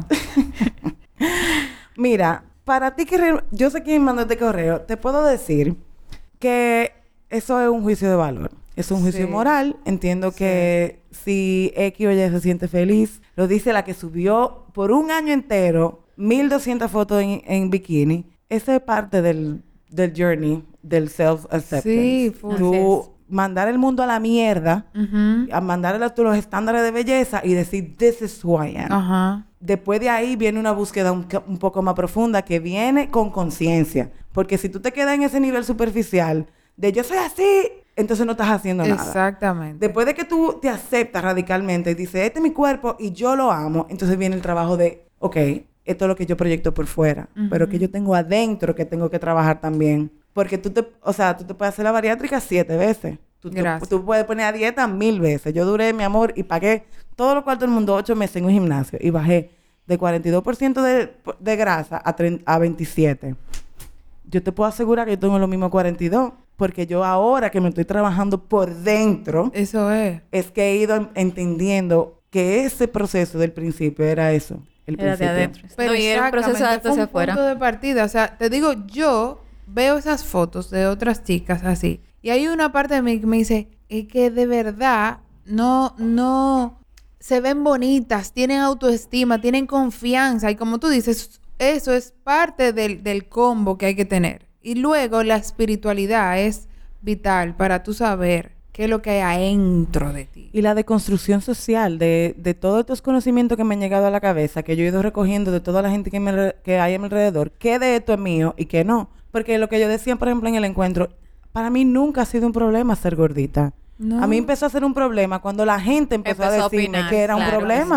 Mira, para ti yo sé quién mandó este correo, te puedo decir que eso es un juicio de valor. Es un juicio Sí. moral. Entiendo que si X o Y se siente feliz, lo dice la que subió por un año entero 1200 fotos en bikini. Esa es parte del journey del self-acceptance. Sí, full. Tú mandar el mundo a la mierda, Ujú. a mandar los estándares de belleza y decir, this is who I am. Ajá. Después de ahí viene una búsqueda un poco más profunda que viene con conciencia. Porque si tú te quedas en ese nivel superficial de yo soy así, entonces no estás haciendo nada. Exactamente. Después de que tú te aceptas radicalmente y dices, este es mi cuerpo y yo lo amo, entonces viene el trabajo de, ok, esto es lo que yo proyecto por fuera, pero que yo tengo adentro que tengo que trabajar también. Porque tú te puedes hacer la bariátrica 7 veces. Gracias. Tú puedes poner a dieta 1000 veces. Yo duré, mi amor, y pagué todo lo cual todo el mundo 8 meses en un gimnasio y bajé de 42% de grasa a 27%. Yo te puedo asegurar que yo tengo lo mismo 42%, porque yo ahora que me estoy trabajando por dentro, Eso es. es que he ido entendiendo que ese proceso del principio era eso. El Era de principio. adentro. Pero No, y era un proceso de exactamente, adentro fue hacia un afuera. punto de partida. O sea, te digo, yo veo esas fotos de otras chicas así. Y hay una parte de mí que me dice, es que de verdad no se ven bonitas, tienen autoestima, tienen confianza. Y como tú dices, eso es parte del combo que hay que tener. Y luego la espiritualidad es vital para tú saber qué es lo que hay adentro de ti. Y la deconstrucción social de todos estos conocimientos que me han llegado a la cabeza, que yo he ido recogiendo de toda la gente que hay a mi alrededor, qué de esto es mío y qué no. Porque lo que yo decía, por ejemplo, en el encuentro, para mí nunca ha sido un problema ser gordita. No. A mí empezó a ser un problema cuando la gente empezó a Empezó a decirme opinar, que era un claro. problema. Sí.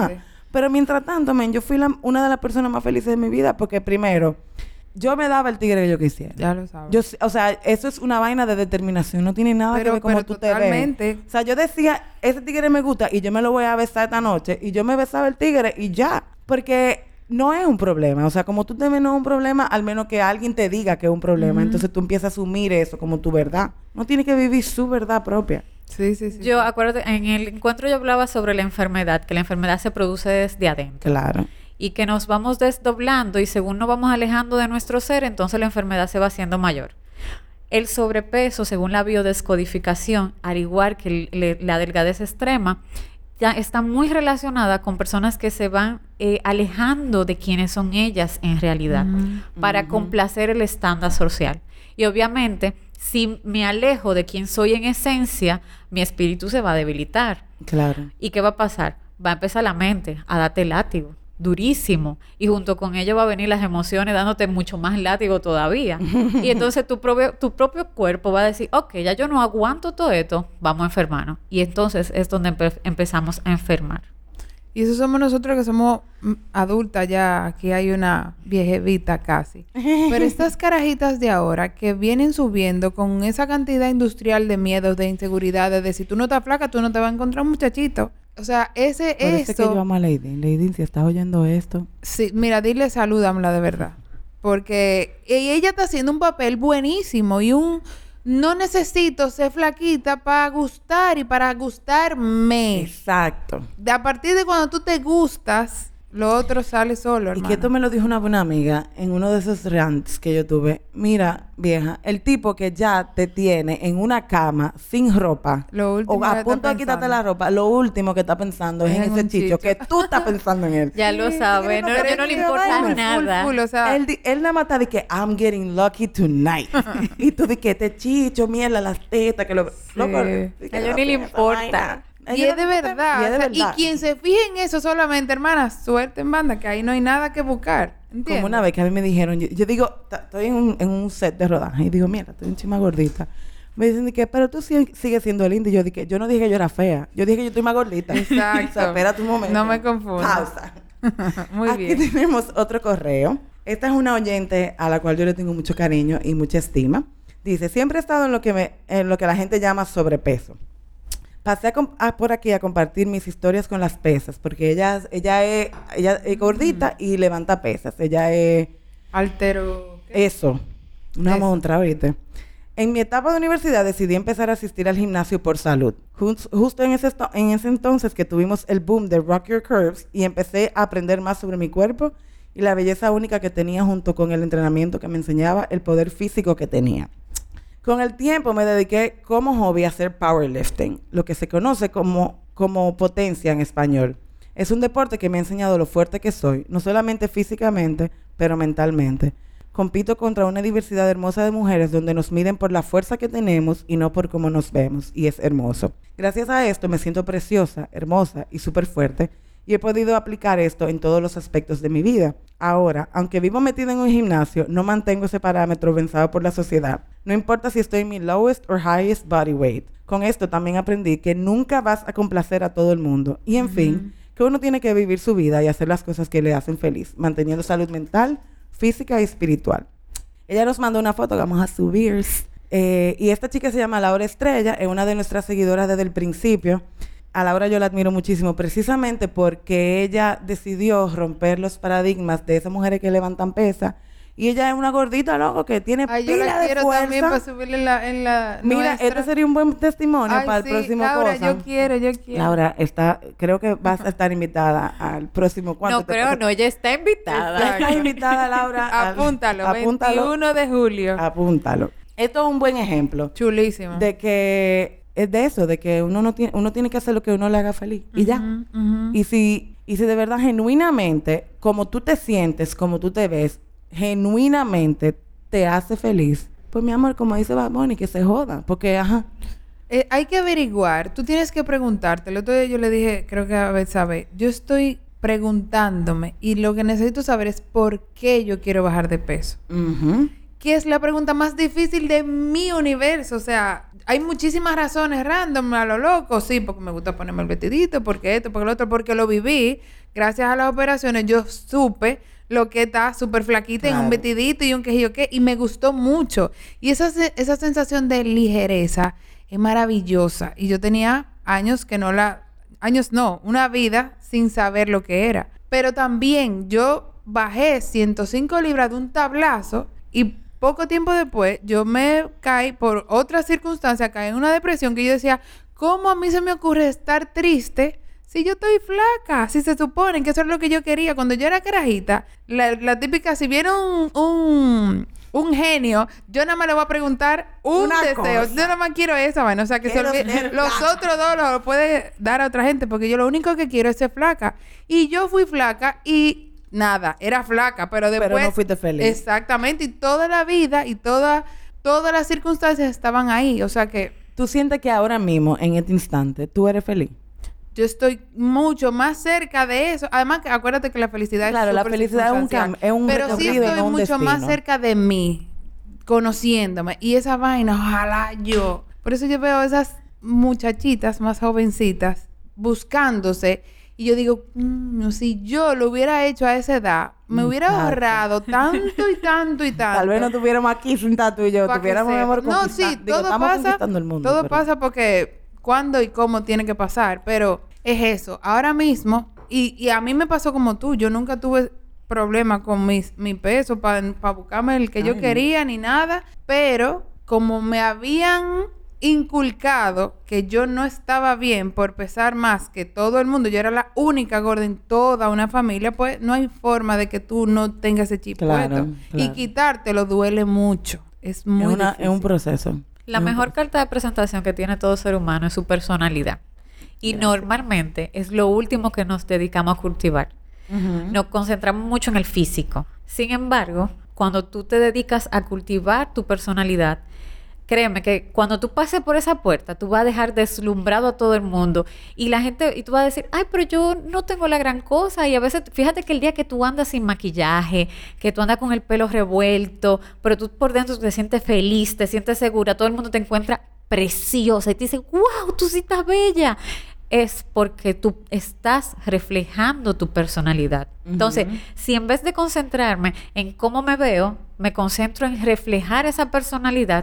Pero mientras tanto, men, yo fui una de las personas más felices de mi vida porque primero, yo me daba el tigre que yo quisiera. Ya lo sabes. O sea, eso es una vaina de determinación. No tiene nada que ver cómo tú totalmente. te ves. O sea, yo decía, ese tigre me gusta y yo me lo voy a besar esta noche. Y yo me besaba el tigre y ya. Porque no es un problema. O sea, como tú te ves no es un problema, al menos que alguien te diga que es un problema. Entonces tú empiezas a asumir eso como tu verdad. No tienes que vivir su verdad propia. Sí, sí, sí. Yo, acuérdate, en el encuentro yo hablaba sobre la enfermedad, que la enfermedad se produce desde adentro. Claro. Y que nos vamos desdoblando y según nos vamos alejando de nuestro ser, entonces la enfermedad se va haciendo mayor. El sobrepeso, según la biodescodificación, al igual que la delgadez extrema, ya está muy relacionada con personas que se van alejando de quienes son ellas en realidad, para complacer el estándar social. Y obviamente, si me alejo de quien soy en esencia, mi espíritu se va a debilitar. Claro. ¿Y qué va a pasar? Va a empezar la mente a darte látigo, durísimo. Y junto con ello va a venir las emociones dándote mucho más látigo todavía. Y entonces tu propio cuerpo va a decir, ok, ya yo no aguanto todo esto, vamos a enfermarnos. Y entonces es donde empezamos a enfermar. Y eso somos nosotros que somos adultas ya. Aquí hay una viejevita casi. Pero estas carajitas de ahora que vienen subiendo con esa cantidad industrial de miedos, de inseguridades, de si tú no estás flaca, tú no te vas a encontrar un muchachito. O sea, Parece que yo amo a Lady. Lady, si estás oyendo esto. Sí, mira, dile salúdamela de verdad. Porque ella está haciendo un papel buenísimo y no necesito ser flaquita para gustar y para gustarme. Exacto. A partir de cuando tú te gustas, lo otro sale solo, hermano. Y que esto me lo dijo una buena amiga en uno de esos rants que yo tuve. Mira, vieja, el tipo que ya te tiene en una cama sin ropa Lo último o a que punto está de quitarte pensando. la ropa, lo último que está pensando es en En ese un chicho, chicho. que tú estás pensando en él. Ya lo sabes, no, yo no le importa nada. O sea, Él nada más está de que I'm getting lucky tonight. Y tú de que este chicho, mierda, las tetas, que lo... Loco, de que A ella no ni le tiene esa importa. vaina. y es de verdad. Y es de O sea, verdad. y quien se fije en eso solamente, hermana, suerte en banda, que ahí no hay nada que buscar. ¿Entiendes? Como una vez que a mí me dijeron, yo digo, estoy en un set de rodaje y digo, mira, estoy un chima gordita. Me dicen de que, pero tú sigues siendo linda. Y yo dije, yo no dije que yo era fea. Yo dije que yo estoy más gordita. Exacto. O sea, espérate un momento. No me confundas. Pausa. Muy Aquí bien. tenemos otro correo. Esta es una oyente a la cual yo le tengo mucho cariño y mucha estima. Dice, siempre he estado en lo que la gente llama sobrepeso. Pasé por aquí a compartir mis historias con las pesas, porque ella es gordita y levanta pesas. Ella es... Altero. ¿qué? Eso. Una Eso. montra, ¿viste? En mi etapa de universidad decidí empezar a asistir al gimnasio por salud. Justo en ese entonces que tuvimos el boom de Rock Your Curves y empecé a aprender más sobre mi cuerpo y la belleza única que tenía junto con el entrenamiento que me enseñaba el poder físico que tenía. Con el tiempo me dediqué como hobby a hacer powerlifting, lo que se conoce como potencia en español. Es un deporte que me ha enseñado lo fuerte que soy, no solamente físicamente, pero mentalmente. Compito contra una diversidad hermosa de mujeres donde nos miden por la fuerza que tenemos y no por cómo nos vemos, y es hermoso. Gracias a esto me siento preciosa, hermosa y súper fuerte, y he podido aplicar esto en todos los aspectos de mi vida. Ahora, aunque vivo metida en un gimnasio, no mantengo ese parámetro pensado por la sociedad. No importa si estoy en mi lowest or highest body weight. Con esto también aprendí que nunca vas a complacer a todo el mundo. Y en fin, que uno tiene que vivir su vida y hacer las cosas que le hacen feliz, manteniendo salud mental, física y espiritual. Ella nos mandó una foto que vamos a subir. Y esta chica se llama Laura Estrella, es una de nuestras seguidoras desde el principio. A Laura yo la admiro muchísimo precisamente porque ella decidió romper los paradigmas de esas mujeres que levantan pesas. Y ella es una gordita, loco, que tiene Ay, yo pila la de quiero fuerza. también para subirle en la Mira, nuestra. este sería un buen testimonio Ay, para el sí, próximo Laura, cosa. yo quiero. Laura, creo que vas a estar invitada al próximo. No creo, no, ella está invitada. Ya estás invitada, Laura. Apúntalo, 21 de julio. Apúntalo. Esto es un buen ejemplo Chulísimo. de que es de eso, de que uno tiene que hacer lo que uno le haga feliz y ya. Y si de verdad genuinamente, como tú te sientes, como tú te ves, genuinamente te hace feliz, pues mi amor, como dice Bad Bunny, que se joda, porque ajá. Hay que averiguar. Tú tienes que preguntarte. El otro día yo le dije, creo que a Betsabe, yo estoy preguntándome y lo que necesito saber es por qué yo quiero bajar de peso. Que es la pregunta más difícil de mi universo. O sea, hay muchísimas razones random a lo loco. Sí, porque me gusta ponerme el vestidito, porque esto, porque lo otro, porque lo viví. gracias a las operaciones, yo supe lo que está súper flaquita en un vestidito y un quejillo qué, y me gustó mucho. Y esa sensación de ligereza es maravillosa. Y yo tenía una vida sin saber lo que era. Pero también yo bajé 105 libras de un tablazo y poco tiempo después yo me caí por otra circunstancia, caí en una depresión que yo decía, ¿cómo a mí se me ocurre estar triste si yo estoy flaca? Si se supone que eso es lo que yo quería. Cuando yo era carajita, la típica, si viene un genio, yo nada más le voy a preguntar un deseo. Cosa. Yo nada más quiero esa vaina. O sea, que los otros dos los puede dar a otra gente, porque yo lo único que quiero es ser flaca. Y yo fui flaca y nada, era flaca, pero después... Pero no fuiste feliz. Exactamente. Y toda la vida y todas las circunstancias estaban ahí. O sea que... ¿Tú sientes que ahora mismo, en este instante, tú eres feliz? Yo estoy mucho más cerca de eso. Además, acuérdate que la felicidad es la felicidad es un pero sí estoy mucho más cerca de mí, conociéndome. Y esa vaina, ojalá yo. Por eso yo veo esas muchachitas más jovencitas buscándose. Y yo digo, si yo lo hubiera hecho a esa edad, me hubiera ahorrado tanto y tanto y tanto. Tal vez no estuviéramos aquí sentados tú y yo. Tuviéramos mejor conquistando. No, sí, todo pasa porque... cuándo y cómo tiene que pasar, pero es eso. Ahora mismo, y a mí me pasó como tú, yo nunca tuve problema con mi peso para buscarme el que yo quería ni nada, pero como me habían inculcado que yo no estaba bien por pesar más que todo el mundo, yo era la única gorda en toda una familia, pues no hay forma de que tú no tengas ese chip puesto. Y quitártelo duele mucho. Es muy difícil. Es un proceso. La mejor carta de presentación que tiene todo ser humano es su personalidad. Y normalmente es lo último que nos dedicamos a cultivar. Nos concentramos mucho en el físico. Sin embargo, cuando tú te dedicas a cultivar tu personalidad, créeme que cuando tú pases por esa puerta, tú vas a dejar deslumbrado a todo el mundo. Y la gente, y tú vas a decir, ay, pero yo no tengo la gran cosa. Y a veces, fíjate que el día que tú andas sin maquillaje, que tú andas con el pelo revuelto, pero tú por dentro te sientes feliz, te sientes segura, todo el mundo te encuentra preciosa y te dice, wow, tú sí estás bella. Es porque tú estás reflejando tu personalidad. Entonces, si en vez de concentrarme en cómo me veo, me concentro en reflejar esa personalidad,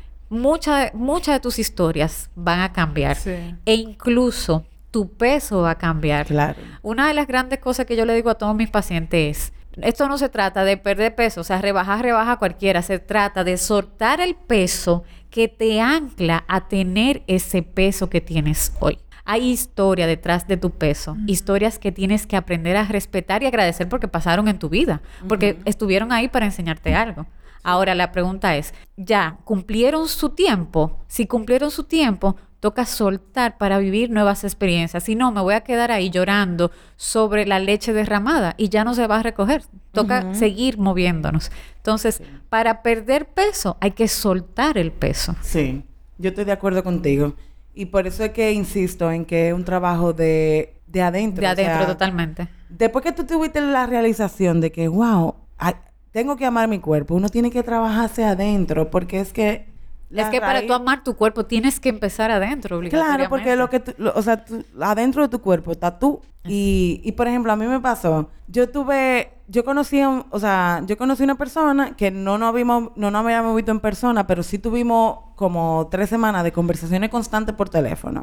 muchas de tus historias van a cambiar. Sí. E incluso tu peso va a cambiar. Claro. Una de las grandes cosas que yo le digo a todos mis pacientes es, esto no se trata de perder peso, o sea, rebaja cualquiera. Se trata de soltar el peso que te ancla a tener ese peso que tienes hoy. Hay historia detrás de tu peso, historias que tienes que aprender a respetar y agradecer porque pasaron en tu vida, porque estuvieron ahí para enseñarte algo. Ahora la pregunta es, ¿ya cumplieron su tiempo? Si cumplieron su tiempo, toca soltar para vivir nuevas experiencias. Si no, me voy a quedar ahí llorando sobre la leche derramada y ya no se va a recoger. Toca seguir moviéndonos. Entonces, para perder peso, hay que soltar el peso. Sí, yo estoy de acuerdo contigo. Y por eso es que insisto en que es un trabajo de adentro. De adentro, totalmente. Después que tú tuviste la realización de que, wow, tengo que amar mi cuerpo, uno tiene que trabajarse adentro, porque es que... para tú amar tu cuerpo tienes que empezar adentro, obligatoriamente. Claro, porque adentro de tu cuerpo está tú. Y por ejemplo, a mí me pasó, yo conocí una persona que no nos habíamos visto en persona, pero sí tuvimos como 3 semanas de conversaciones constantes por teléfono.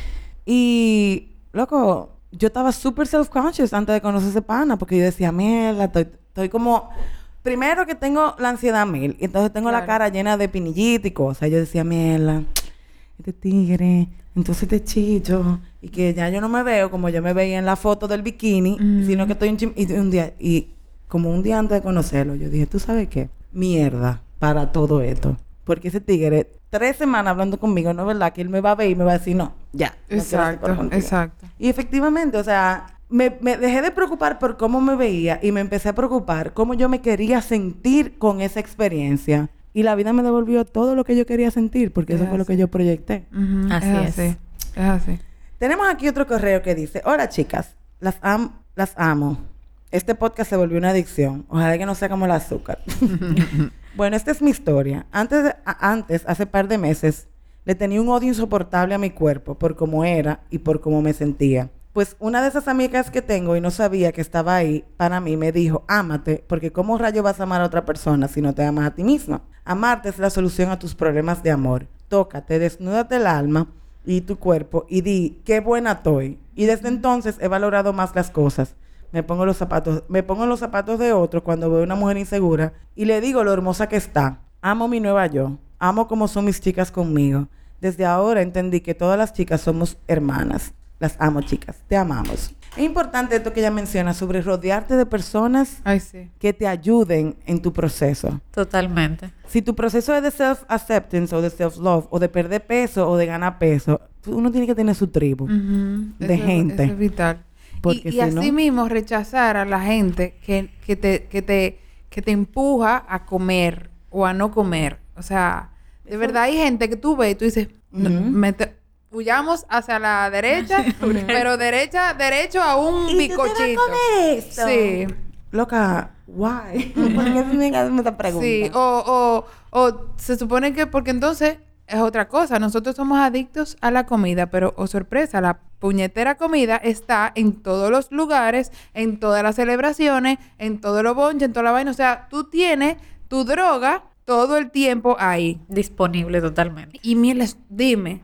Y, loco, yo estaba súper self-conscious antes de conocer ese pana, porque yo decía, mierda, estoy como... Primero que tengo la ansiedad 1000, y entonces tengo la cara llena de pinillitas y cosas. Yo decía, mierda, este tigre, entonces este chicho, y que ya yo no me veo como yo me veía en la foto del bikini, sino que estoy como un día antes de conocerlo, yo dije, ¿tú sabes qué? Mierda para todo esto. Porque ese tigre, 3 semanas hablando conmigo, no es verdad que él me va a ver y me va a decir, no, ya. Exacto. Y efectivamente, o sea... Me dejé de preocupar por cómo me veía y me empecé a preocupar cómo yo me quería sentir con esa experiencia. Y la vida me devolvió todo lo que yo quería sentir, porque eso fue lo que yo proyecté. Así es. Es así. Tenemos aquí otro correo que dice, hola chicas, las amo. Este podcast se volvió una adicción. Ojalá que no sea como el azúcar. Bueno, esta es mi historia. Antes, hace par de meses, le tenía un odio insoportable a mi cuerpo por cómo era y por cómo me sentía. Pues una de esas amigas que tengo y no sabía que estaba ahí, para mí me dijo, ámate, porque ¿cómo rayo vas a amar a otra persona si no te amas a ti misma? Amarte es la solución a tus problemas de amor. Tócate, desnúdate el alma y tu cuerpo y di, qué buena estoy. Y desde entonces he valorado más las cosas. Me pongo en los zapatos de otro cuando veo a una mujer insegura y le digo lo hermosa que está. Amo mi nueva yo. Amo como son mis chicas conmigo. Desde ahora entendí que todas las chicas somos hermanas. Las amo, chicas. Te amamos. Es importante esto que ella menciona sobre rodearte de personas Ay, sí. que te ayuden en tu proceso. Totalmente. Si tu proceso es de self-acceptance o de self-love o de perder peso o de ganar peso, uno tiene que tener su tribu de gente. Eso es vital. Porque Y si así no... mismo rechazar a la gente que te empuja a comer o a no comer. O sea, de verdad hay gente que tú ves y tú dices, huyamos hacia la derecha, pero derecho a un bicochito. ¿Y tú te vas a comer esto? Sí. Loca, why? ¿Por qué me haces esta pregunta? Sí, o se supone que porque entonces es otra cosa. Nosotros somos adictos a la comida, pero, oh sorpresa, la puñetera comida está en todos los lugares, en todas las celebraciones, en todos los bonches, en toda la vaina. O sea, tú tienes tu droga todo el tiempo ahí. Disponible totalmente. Y Mieles, dime,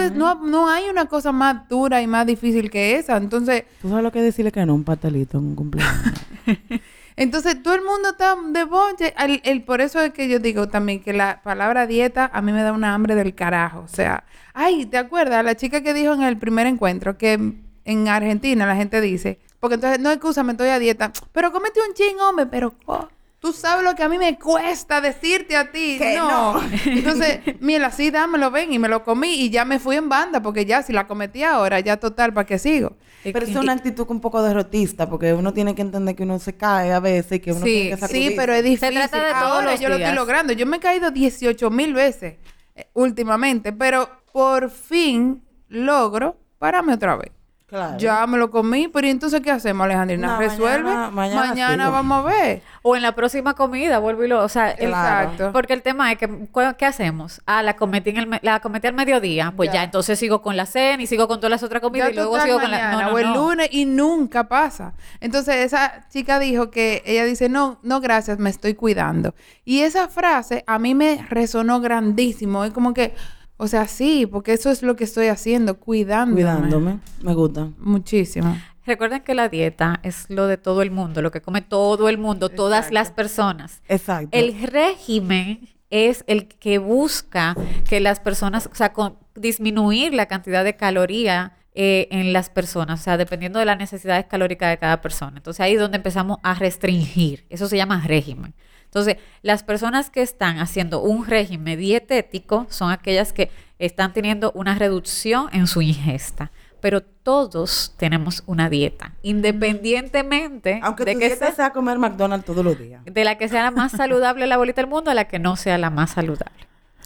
no hay una cosa más dura y más difícil que esa. Entonces, ¿Tú sabes lo que es decirle que no un pastelito en un cumpleaños? entonces todo el mundo está de bonche. Por eso es que yo digo también que la palabra dieta a mí me da una hambre del carajo. O sea, ay, ¿te acuerdas? La chica que dijo en el primer encuentro que en Argentina la gente dice, porque entonces, no, excúsame, estoy a dieta, pero cómete un ching, hombre, pero... Tú sabes lo que a mí me cuesta decirte a ti. Que no. Entonces, mira, así dámelo, ven, y me lo comí y ya me fui en banda, porque ya si la cometí ahora, ya total, ¿para qué sigo? Pero es una actitud un poco derrotista, porque uno tiene que entender que uno se cae a veces y que uno tiene que sacudirse. Sí, pero es difícil. Se trata de todos ahora los yo lo días. estoy logrando. Yo me he caído 18,000 veces últimamente, pero por fin logro pararme otra vez. Claro. Ya me lo comí, pero ¿y entonces qué hacemos, Alejandrina? No, ¿Resuelve? mañana sigo. Vamos a ver. O en la próxima comida, vuelvo y lo... O sea, Exacto. porque el tema es que, ¿qué hacemos? La cometí la cometí al mediodía. Pues ya, entonces sigo con la cena y sigo con todas las otras comidas Ya y luego total sigo con la... mañana No, no, o el no. lunes y nunca pasa. Entonces esa chica dijo que ella dice, no gracias, me estoy cuidando. Y esa frase a mí me resonó grandísimo. Es como que, o sea, sí, porque eso es lo que estoy haciendo, Cuidándome. Me gusta. muchísimo. Recuerden que la dieta es lo de todo el mundo, lo que come todo el mundo, todas Exacto. las personas. Exacto. El régimen es el que busca que las personas, o sea, disminuir la cantidad de caloría en las personas, o sea, dependiendo de las necesidades calóricas de cada persona. Entonces ahí es donde empezamos a restringir. Eso se llama régimen. Entonces, las personas que están haciendo un régimen dietético son aquellas que están teniendo una reducción en su ingesta. Pero todos tenemos una dieta, independientemente Aunque de tu que dieta sea comer McDonald's todos los días. de la que sea la más saludable la bolita del mundo a la que no sea la más saludable.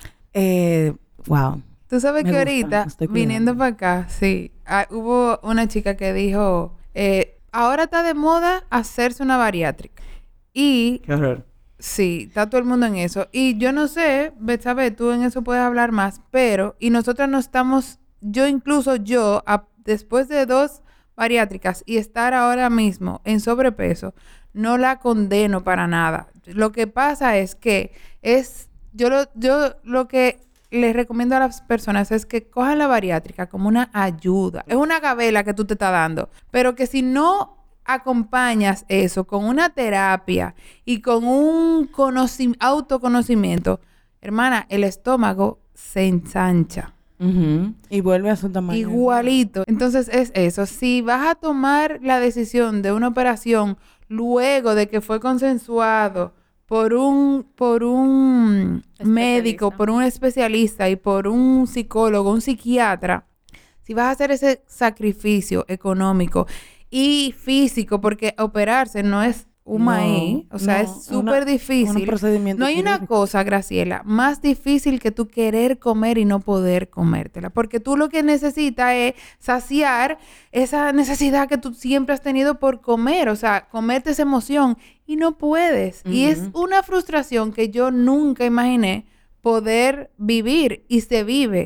Wow. Tú sabes Me que gusta, ahorita, me estoy viniendo cuidando. para acá, sí, hubo una chica que dijo, ahora está de moda hacerse una bariátrica. Y Qué horror. sí, está todo el mundo en eso. Y yo no sé, Betsabe, tú en eso puedes hablar más, pero, y nosotras no estamos, después de 2 bariátricas y estar ahora mismo en sobrepeso, no la condeno para nada. Lo que pasa es que yo lo que les recomiendo a las personas es que cojan la bariátrica como una ayuda. Es una gabela que tú te estás dando, pero que si no acompañas eso con una terapia y con un autoconocimiento, hermana, el estómago se ensancha. Y vuelve a su tamaño. Igualito. Entonces es eso. Si vas a tomar la decisión de una operación luego de que fue consensuado por un médico, por un especialista y por un psicólogo, un psiquiatra, si vas a hacer ese sacrificio económico y físico, porque operarse no es un maíz, o sea, es súper difícil. Un procedimiento No hay una quirúrgico. cosa, Graciela, más difícil que tú querer comer y no poder comértela, porque tú lo que necesitas es saciar esa necesidad que tú siempre has tenido por comer, o sea, comerte esa emoción y no puedes. Y es una frustración que yo nunca imaginé poder vivir y se vive.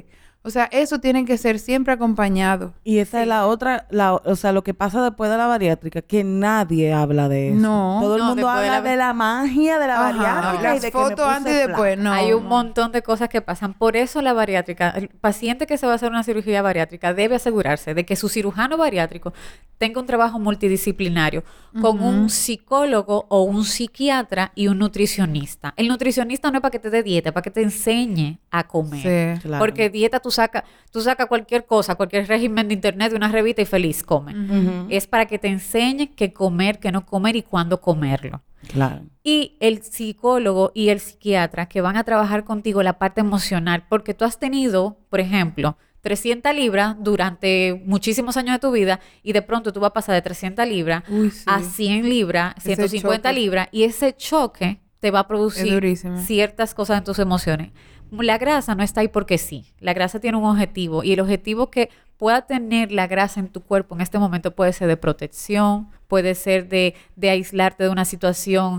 O sea, eso tiene que ser siempre acompañado. Y esa es la otra, o sea, lo que pasa después de la bariátrica, que nadie habla de eso. No. Todo el No, mundo después habla de la magia de la Ajá. bariátrica y Las de que me fotos puse antes y después, flaca. no. Hay un montón de cosas que pasan. Por eso la bariátrica, el paciente que se va a hacer una cirugía bariátrica debe asegurarse de que su cirujano bariátrico tenga un trabajo multidisciplinario con un psicólogo o un psiquiatra y un nutricionista. El nutricionista no es para que te dé dieta, es para que te enseñe a comer. Sí. Claro. Porque dieta tú sacas cualquier cosa, cualquier régimen de internet de una revista y feliz come. Ujú. Es para que te enseñe qué comer, qué no comer y cuándo comerlo. Claro. Y el psicólogo y el psiquiatra que van a trabajar contigo la parte emocional, porque tú has tenido, por ejemplo, 300 libras durante muchísimos años de tu vida y de pronto tú vas a pasar de 300 libras Uy, sí. a 100 libras, Ese 150 choque. libras y ese choque te va a Es producir durísimo. ciertas cosas en tus emociones. La grasa no está ahí porque sí. La grasa tiene un objetivo y el objetivo que pueda tener la grasa en tu cuerpo en este momento puede ser de protección, puede ser de aislarte de una situación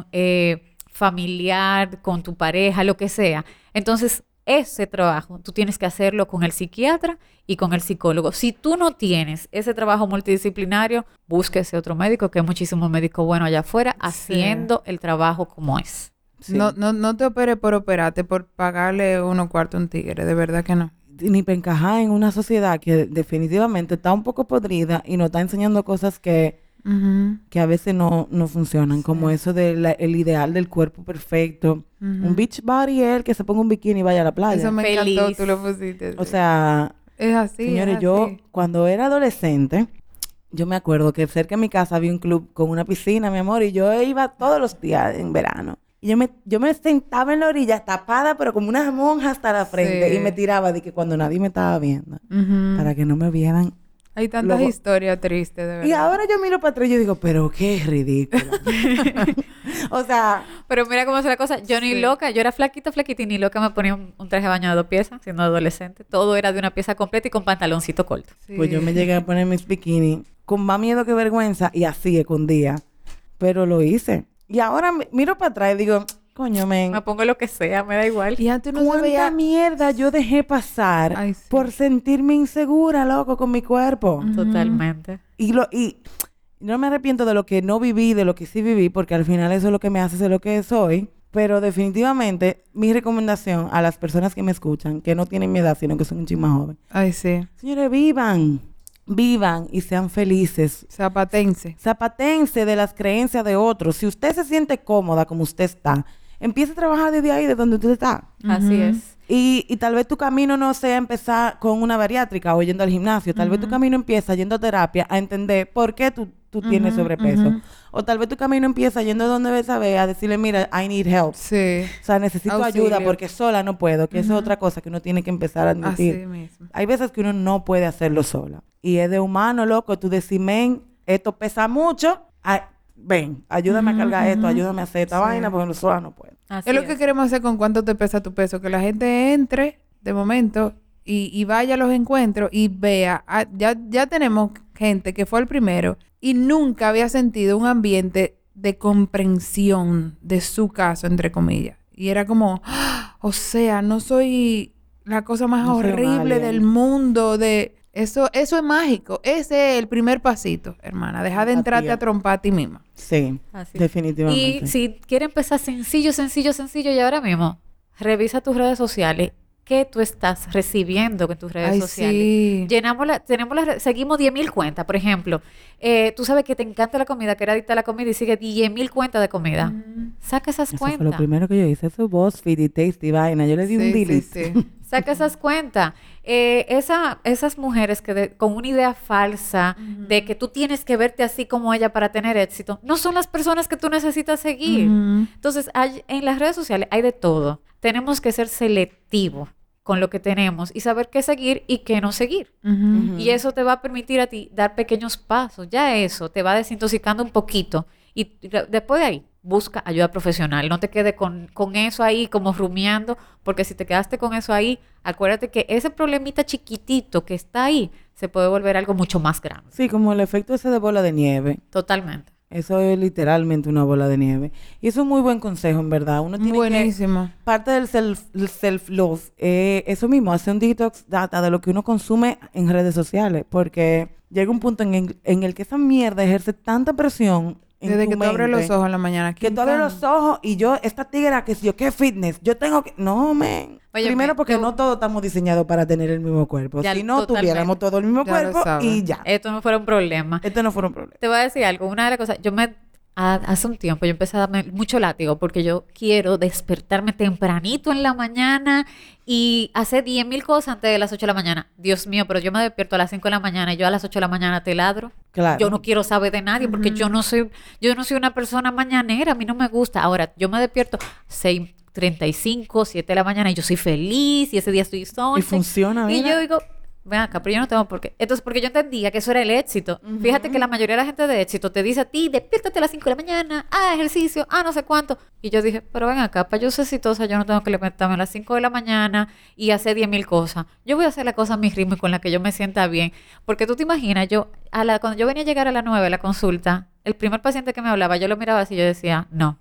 familiar, con tu pareja, lo que sea. Entonces, ese trabajo tú tienes que hacerlo con el psiquiatra y con el psicólogo. Si tú no tienes ese trabajo multidisciplinario, búsquese otro médico, que hay muchísimos médicos buenos allá afuera haciendo el trabajo como es. Sí. No te operes por operarte, por pagarle unos cuartos a un tigre. De verdad que no. Ni para encajar en una sociedad que definitivamente está un poco podrida y nos está enseñando cosas que a veces no funcionan, como eso del ideal del cuerpo perfecto. Un beach body es el que se ponga un bikini y vaya a la playa. Eso me Feliz. encantó, tú lo pusiste. O sí. sea, Es así. señores, es yo así. cuando era adolescente, yo me acuerdo que cerca de mi casa había un club con una piscina, mi amor, y yo iba todos los días en verano. Y yo me sentaba en la orilla tapada, pero como una monja hasta la frente, Sí. y me tiraba de que cuando nadie me estaba viendo, Ujú. para que no me vieran. Hay tantas Luego- historias tristes, de verdad. Y ahora yo miro para atrás y yo digo, pero qué ridículo. O sea, Pero mira cómo es la cosa. Yo ni Sí. loca, yo era flaquita y ni loca me ponía un traje de baño de 2 piezas, siendo adolescente. Todo era de una pieza completa y con pantaloncito corto. Sí. pues yo me llegué a poner mis bikinis con más miedo que vergüenza y así escondía. Pero lo hice. Y ahora miro para atrás y digo, coño, men, Me pongo lo que sea, me da igual. Y antes no se ¿cuánta veía... mierda yo dejé pasar Ay, sí. por sentirme insegura, loco, con mi cuerpo? Totalmente. Y no me arrepiento de lo que no viví, de lo que sí viví, porque al final eso es lo que me hace ser lo que soy. Pero definitivamente, mi recomendación a las personas que me escuchan, que no tienen mi edad, sino que son un chisme más joven. Ay, sí. Señores, vivan y sean felices. Zapatense. Zapatense de las creencias de otros. Si usted se siente cómoda como usted está, empiece a trabajar desde ahí, de donde usted está. Así es. Y tal vez tu camino no sea empezar con una bariátrica o yendo al gimnasio. Tal vez tu camino empieza yendo a terapia a entender por qué tú tienes sobrepeso. O tal vez tu camino empieza yendo a donde ves a ver, a decirle, mira, I need help. Sí. O sea, necesito Auxilio. ayuda porque sola no puedo, que eso es otra cosa que uno tiene que empezar a admitir. Así mismo. Hay veces que uno no puede hacerlo sola. Y es de humano, loco, tú decís, men, esto pesa mucho. Ay, ven, ayúdame a cargar esto, ayúdame a hacer esta vaina porque sola no puedo. Así Es lo que queremos hacer con cuánto te pesa tu peso. Que la gente entre de momento y vaya a los encuentros y vea. Ya tenemos gente que fue el primero y nunca había sentido un ambiente de comprensión de su caso, entre comillas. Y era como, ¡ah! O sea, no soy la cosa más No soy un horrible alien. del mundo. Eso es mágico. Ese es el primer pasito, hermana. Deja de entrarte Empatía. a trompar a ti misma. Sí, Así es. definitivamente. Y si quieres empezar sencillo, y ahora mismo, revisa tus redes sociales. ¿Qué tú estás recibiendo en tus redes Ay, sociales? sí. Seguimos 10,000 cuentas. Por ejemplo, tú sabes que te encanta la comida, que era adicta a la comida y sigue 10,000 cuentas de comida. Saca esas Eso fue lo cuentas. primero que yo hice. Eso BuzzFeed y Tasty vaina. Yo le di un Sí, delete. sí. Saca esas cuentas. Esas mujeres que con una idea falsa de que tú tienes que verte así como ella para tener éxito, no son las personas que tú necesitas seguir. Ujú. Entonces, en las redes sociales hay de todo. Tenemos que ser selectivos con lo que tenemos y saber qué seguir y qué no seguir. Ujú. Y eso te va a permitir a ti dar pequeños pasos. Ya eso te va desintoxicando un poquito. Y después de ahí, busca ayuda profesional. No te quedes con eso ahí como rumiando, porque si te quedaste con eso ahí, acuérdate que ese problemita chiquitito que está ahí se puede volver algo mucho más grande. Sí, como el efecto ese de bola de nieve. Totalmente. Eso es literalmente una bola de nieve. Y es un muy buen consejo, en verdad. Uno tiene Buenísimo. parte del self-love, eso mismo, hacer un detox data de lo que uno consume en redes sociales. Porque llega un punto en el que esa mierda ejerce tanta presión en Desde tu que tú abres mente, los ojos en la mañana. que tú abres los ojos y yo, esta tigre que si yo, ¿qué fitness? Yo tengo que... No, men. Oye, Primero porque tú- no todos estamos diseñados para tener el mismo cuerpo. Ya, Si no, totalmente. tuviéramos todo el mismo Ya lo cuerpo sabes. y ya. Esto no fuera un problema. Este no fuera un problema. Te voy a decir algo. Una de las cosas, hace un tiempo yo empecé a darme mucho látigo porque yo quiero despertarme tempranito en la mañana y hacer 10,000 cosas antes de las 8 de la mañana. Dios mío, pero yo me despierto a las 5 de la mañana y yo a las 8 de la mañana te ladro. Claro. Yo no quiero saber de nadie porque yo no soy una persona mañanera, a mí no me gusta. Ahora, yo me despierto 6:35, 7 de la mañana y yo soy feliz y ese día estoy Y soncha. funciona, Y mira. yo digo, ven acá, pero yo no tengo por qué. Entonces, porque yo entendía que eso era el éxito. Fíjate que la mayoría de la gente de éxito te dice a ti, despiértate a las 5 de la mañana, ejercicio, no sé cuánto. Y yo dije, pero ven acá, para yo ser exitosa, yo no tengo que levantarme a las 5 de la mañana y hacer 10,000 cosas. Yo voy a hacer la cosa a mi ritmo y con la que yo me sienta bien. Porque tú te imaginas, cuando yo venía a llegar a las 9 a la consulta, el primer paciente que me hablaba, yo lo miraba así y yo decía, no.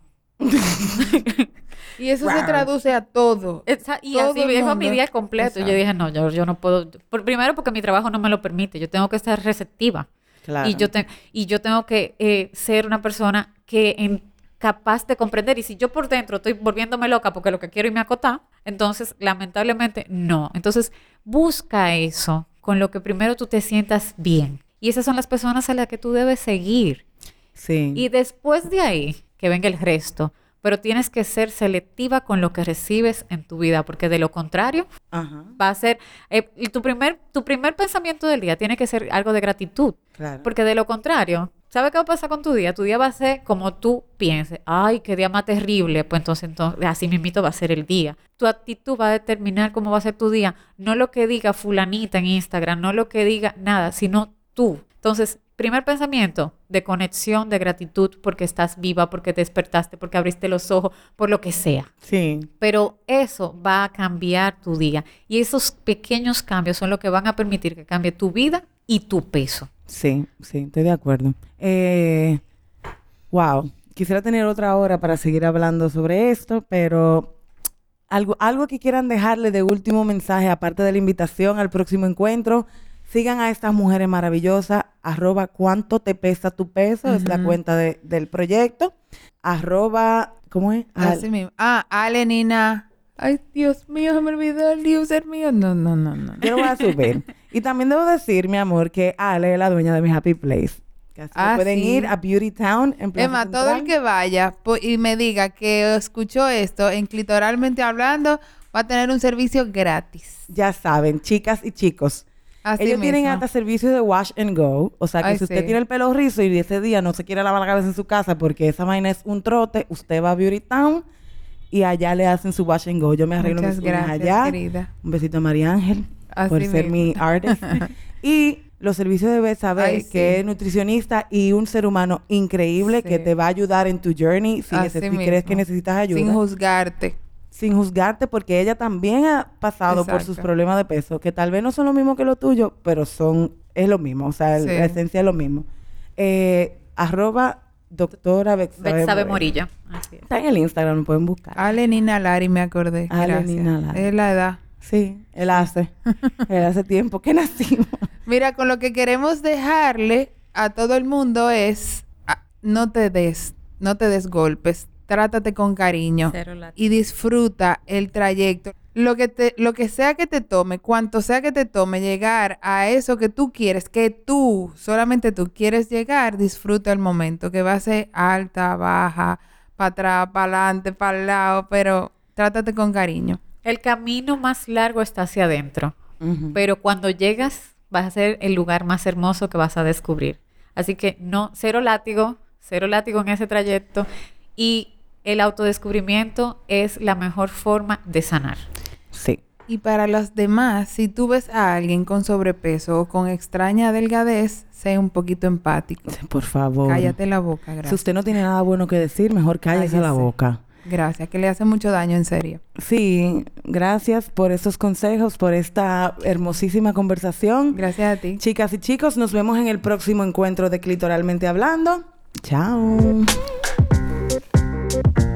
Y eso se traduce a todo. Y Todo así el me dejó mundo. mi día completo. Exacto. Yo dije, no, yo no puedo. Primero porque mi trabajo no me lo permite. Yo tengo que estar receptiva. Claro. Y yo tengo que ser una persona capaz de comprender. Y si yo por dentro estoy volviéndome loca porque lo que quiero es irme a acotar, entonces, lamentablemente, no. Entonces, busca eso con lo que primero tú te sientas bien. Y esas son las personas a las que tú debes seguir. Sí. Y después de ahí, que venga el resto. Pero tienes que ser selectiva con lo que recibes en tu vida, porque de lo contrario, Ajá. va a ser... y tu primer pensamiento del día tiene que ser algo de gratitud. Claro. Porque de lo contrario, ¿sabes qué va a pasar con tu día? Tu día va a ser como tú pienses. Ay, qué día más terrible. Pues entonces así mismito va a ser el día. Tu actitud va a determinar cómo va a ser tu día. No lo que diga fulanita en Instagram, no lo que diga nada, sino tú. Entonces, primer pensamiento de conexión, de gratitud, porque estás viva, porque te despertaste, porque abriste los ojos, por lo que sea. Sí. Pero eso va a cambiar tu día. Y esos pequeños cambios son lo que van a permitir que cambie tu vida y tu peso. Sí, estoy de acuerdo. Wow. Quisiera tener otra hora para seguir hablando sobre esto, pero algo que quieran dejarle de último mensaje, aparte de la invitación al próximo encuentro. Sigan a estas mujeres maravillosas, @cuánto te pesa tu peso, es la cuenta del proyecto, ¿cómo es? Así mismo. Ale Nina. Ay, Dios mío, se me olvidó el user mío. No. Yo lo voy a subir. Y también debo decir, mi amor, que Ale es la dueña de mi Happy Place. Que así que pueden sí. ir a Beauty Town en Plaza Emma, todo Central. el que vaya y me diga que escuchó esto en Clitoralmente Hablando, va a tener un servicio gratis. Ya saben, chicas y chicos. Así Ellos tienen mismo. hasta servicio de wash and go. O sea, que Ay, si usted sí. tiene el pelo rizo y ese día no se quiere lavar la cabeza en su casa porque esa vaina es un trote, usted va a Beauty Town y allá le hacen su wash and go. Yo me arreglo Muchas mis uñas gracias, allá. querida. Un besito a María Ángel Así por ser mi mismo. artist. Y los servicios de Betsabe, Ay, sí. que es nutricionista y un ser humano increíble Sí. que te va a ayudar en tu journey si Así crees mismo. que necesitas ayuda. Sin juzgarte. Sin juzgarte, porque ella también ha pasado por sus Exacto. problemas de peso, que tal vez no son lo mismo que lo tuyo, pero es lo mismo, o sea, Sí. la esencia es lo mismo. @doctora Betsabe Morillo. Así es. Está en el Instagram, lo pueden buscar. Ale Nina Lari, me acordé. Ale Gracias. Nina Lari. Es la edad. Sí, él hace tiempo que nacimos. Mira, con lo que queremos dejarle a todo el mundo es no te des golpes. Trátate con cariño Cero látigo. y disfruta el trayecto. Lo que sea que te tome, cuanto sea que te tome llegar a eso que tú quieres, que tú, solamente tú quieres llegar, disfruta el momento, que va a ser alta, baja, para atrás, para adelante, para el lado, pero trátate con cariño. El camino más largo está hacia adentro. Ujú. Pero cuando llegas, vas a ser el lugar más hermoso que vas a descubrir. Así que cero látigo en ese trayecto. Y el autodescubrimiento es la mejor forma de sanar. Sí. Y para los demás, si tú ves a alguien con sobrepeso o con extraña delgadez, sé un poquito empático. Por favor. Cállate la boca, Si gracias. usted no tiene nada bueno que decir, mejor cállese la Cállese. boca. Gracias, que le hace mucho daño, en serio. Sí, gracias por esos consejos, por esta hermosísima conversación. Gracias a ti. Chicas y chicos, nos vemos en el próximo encuentro de Clitoralmente Hablando. Chao.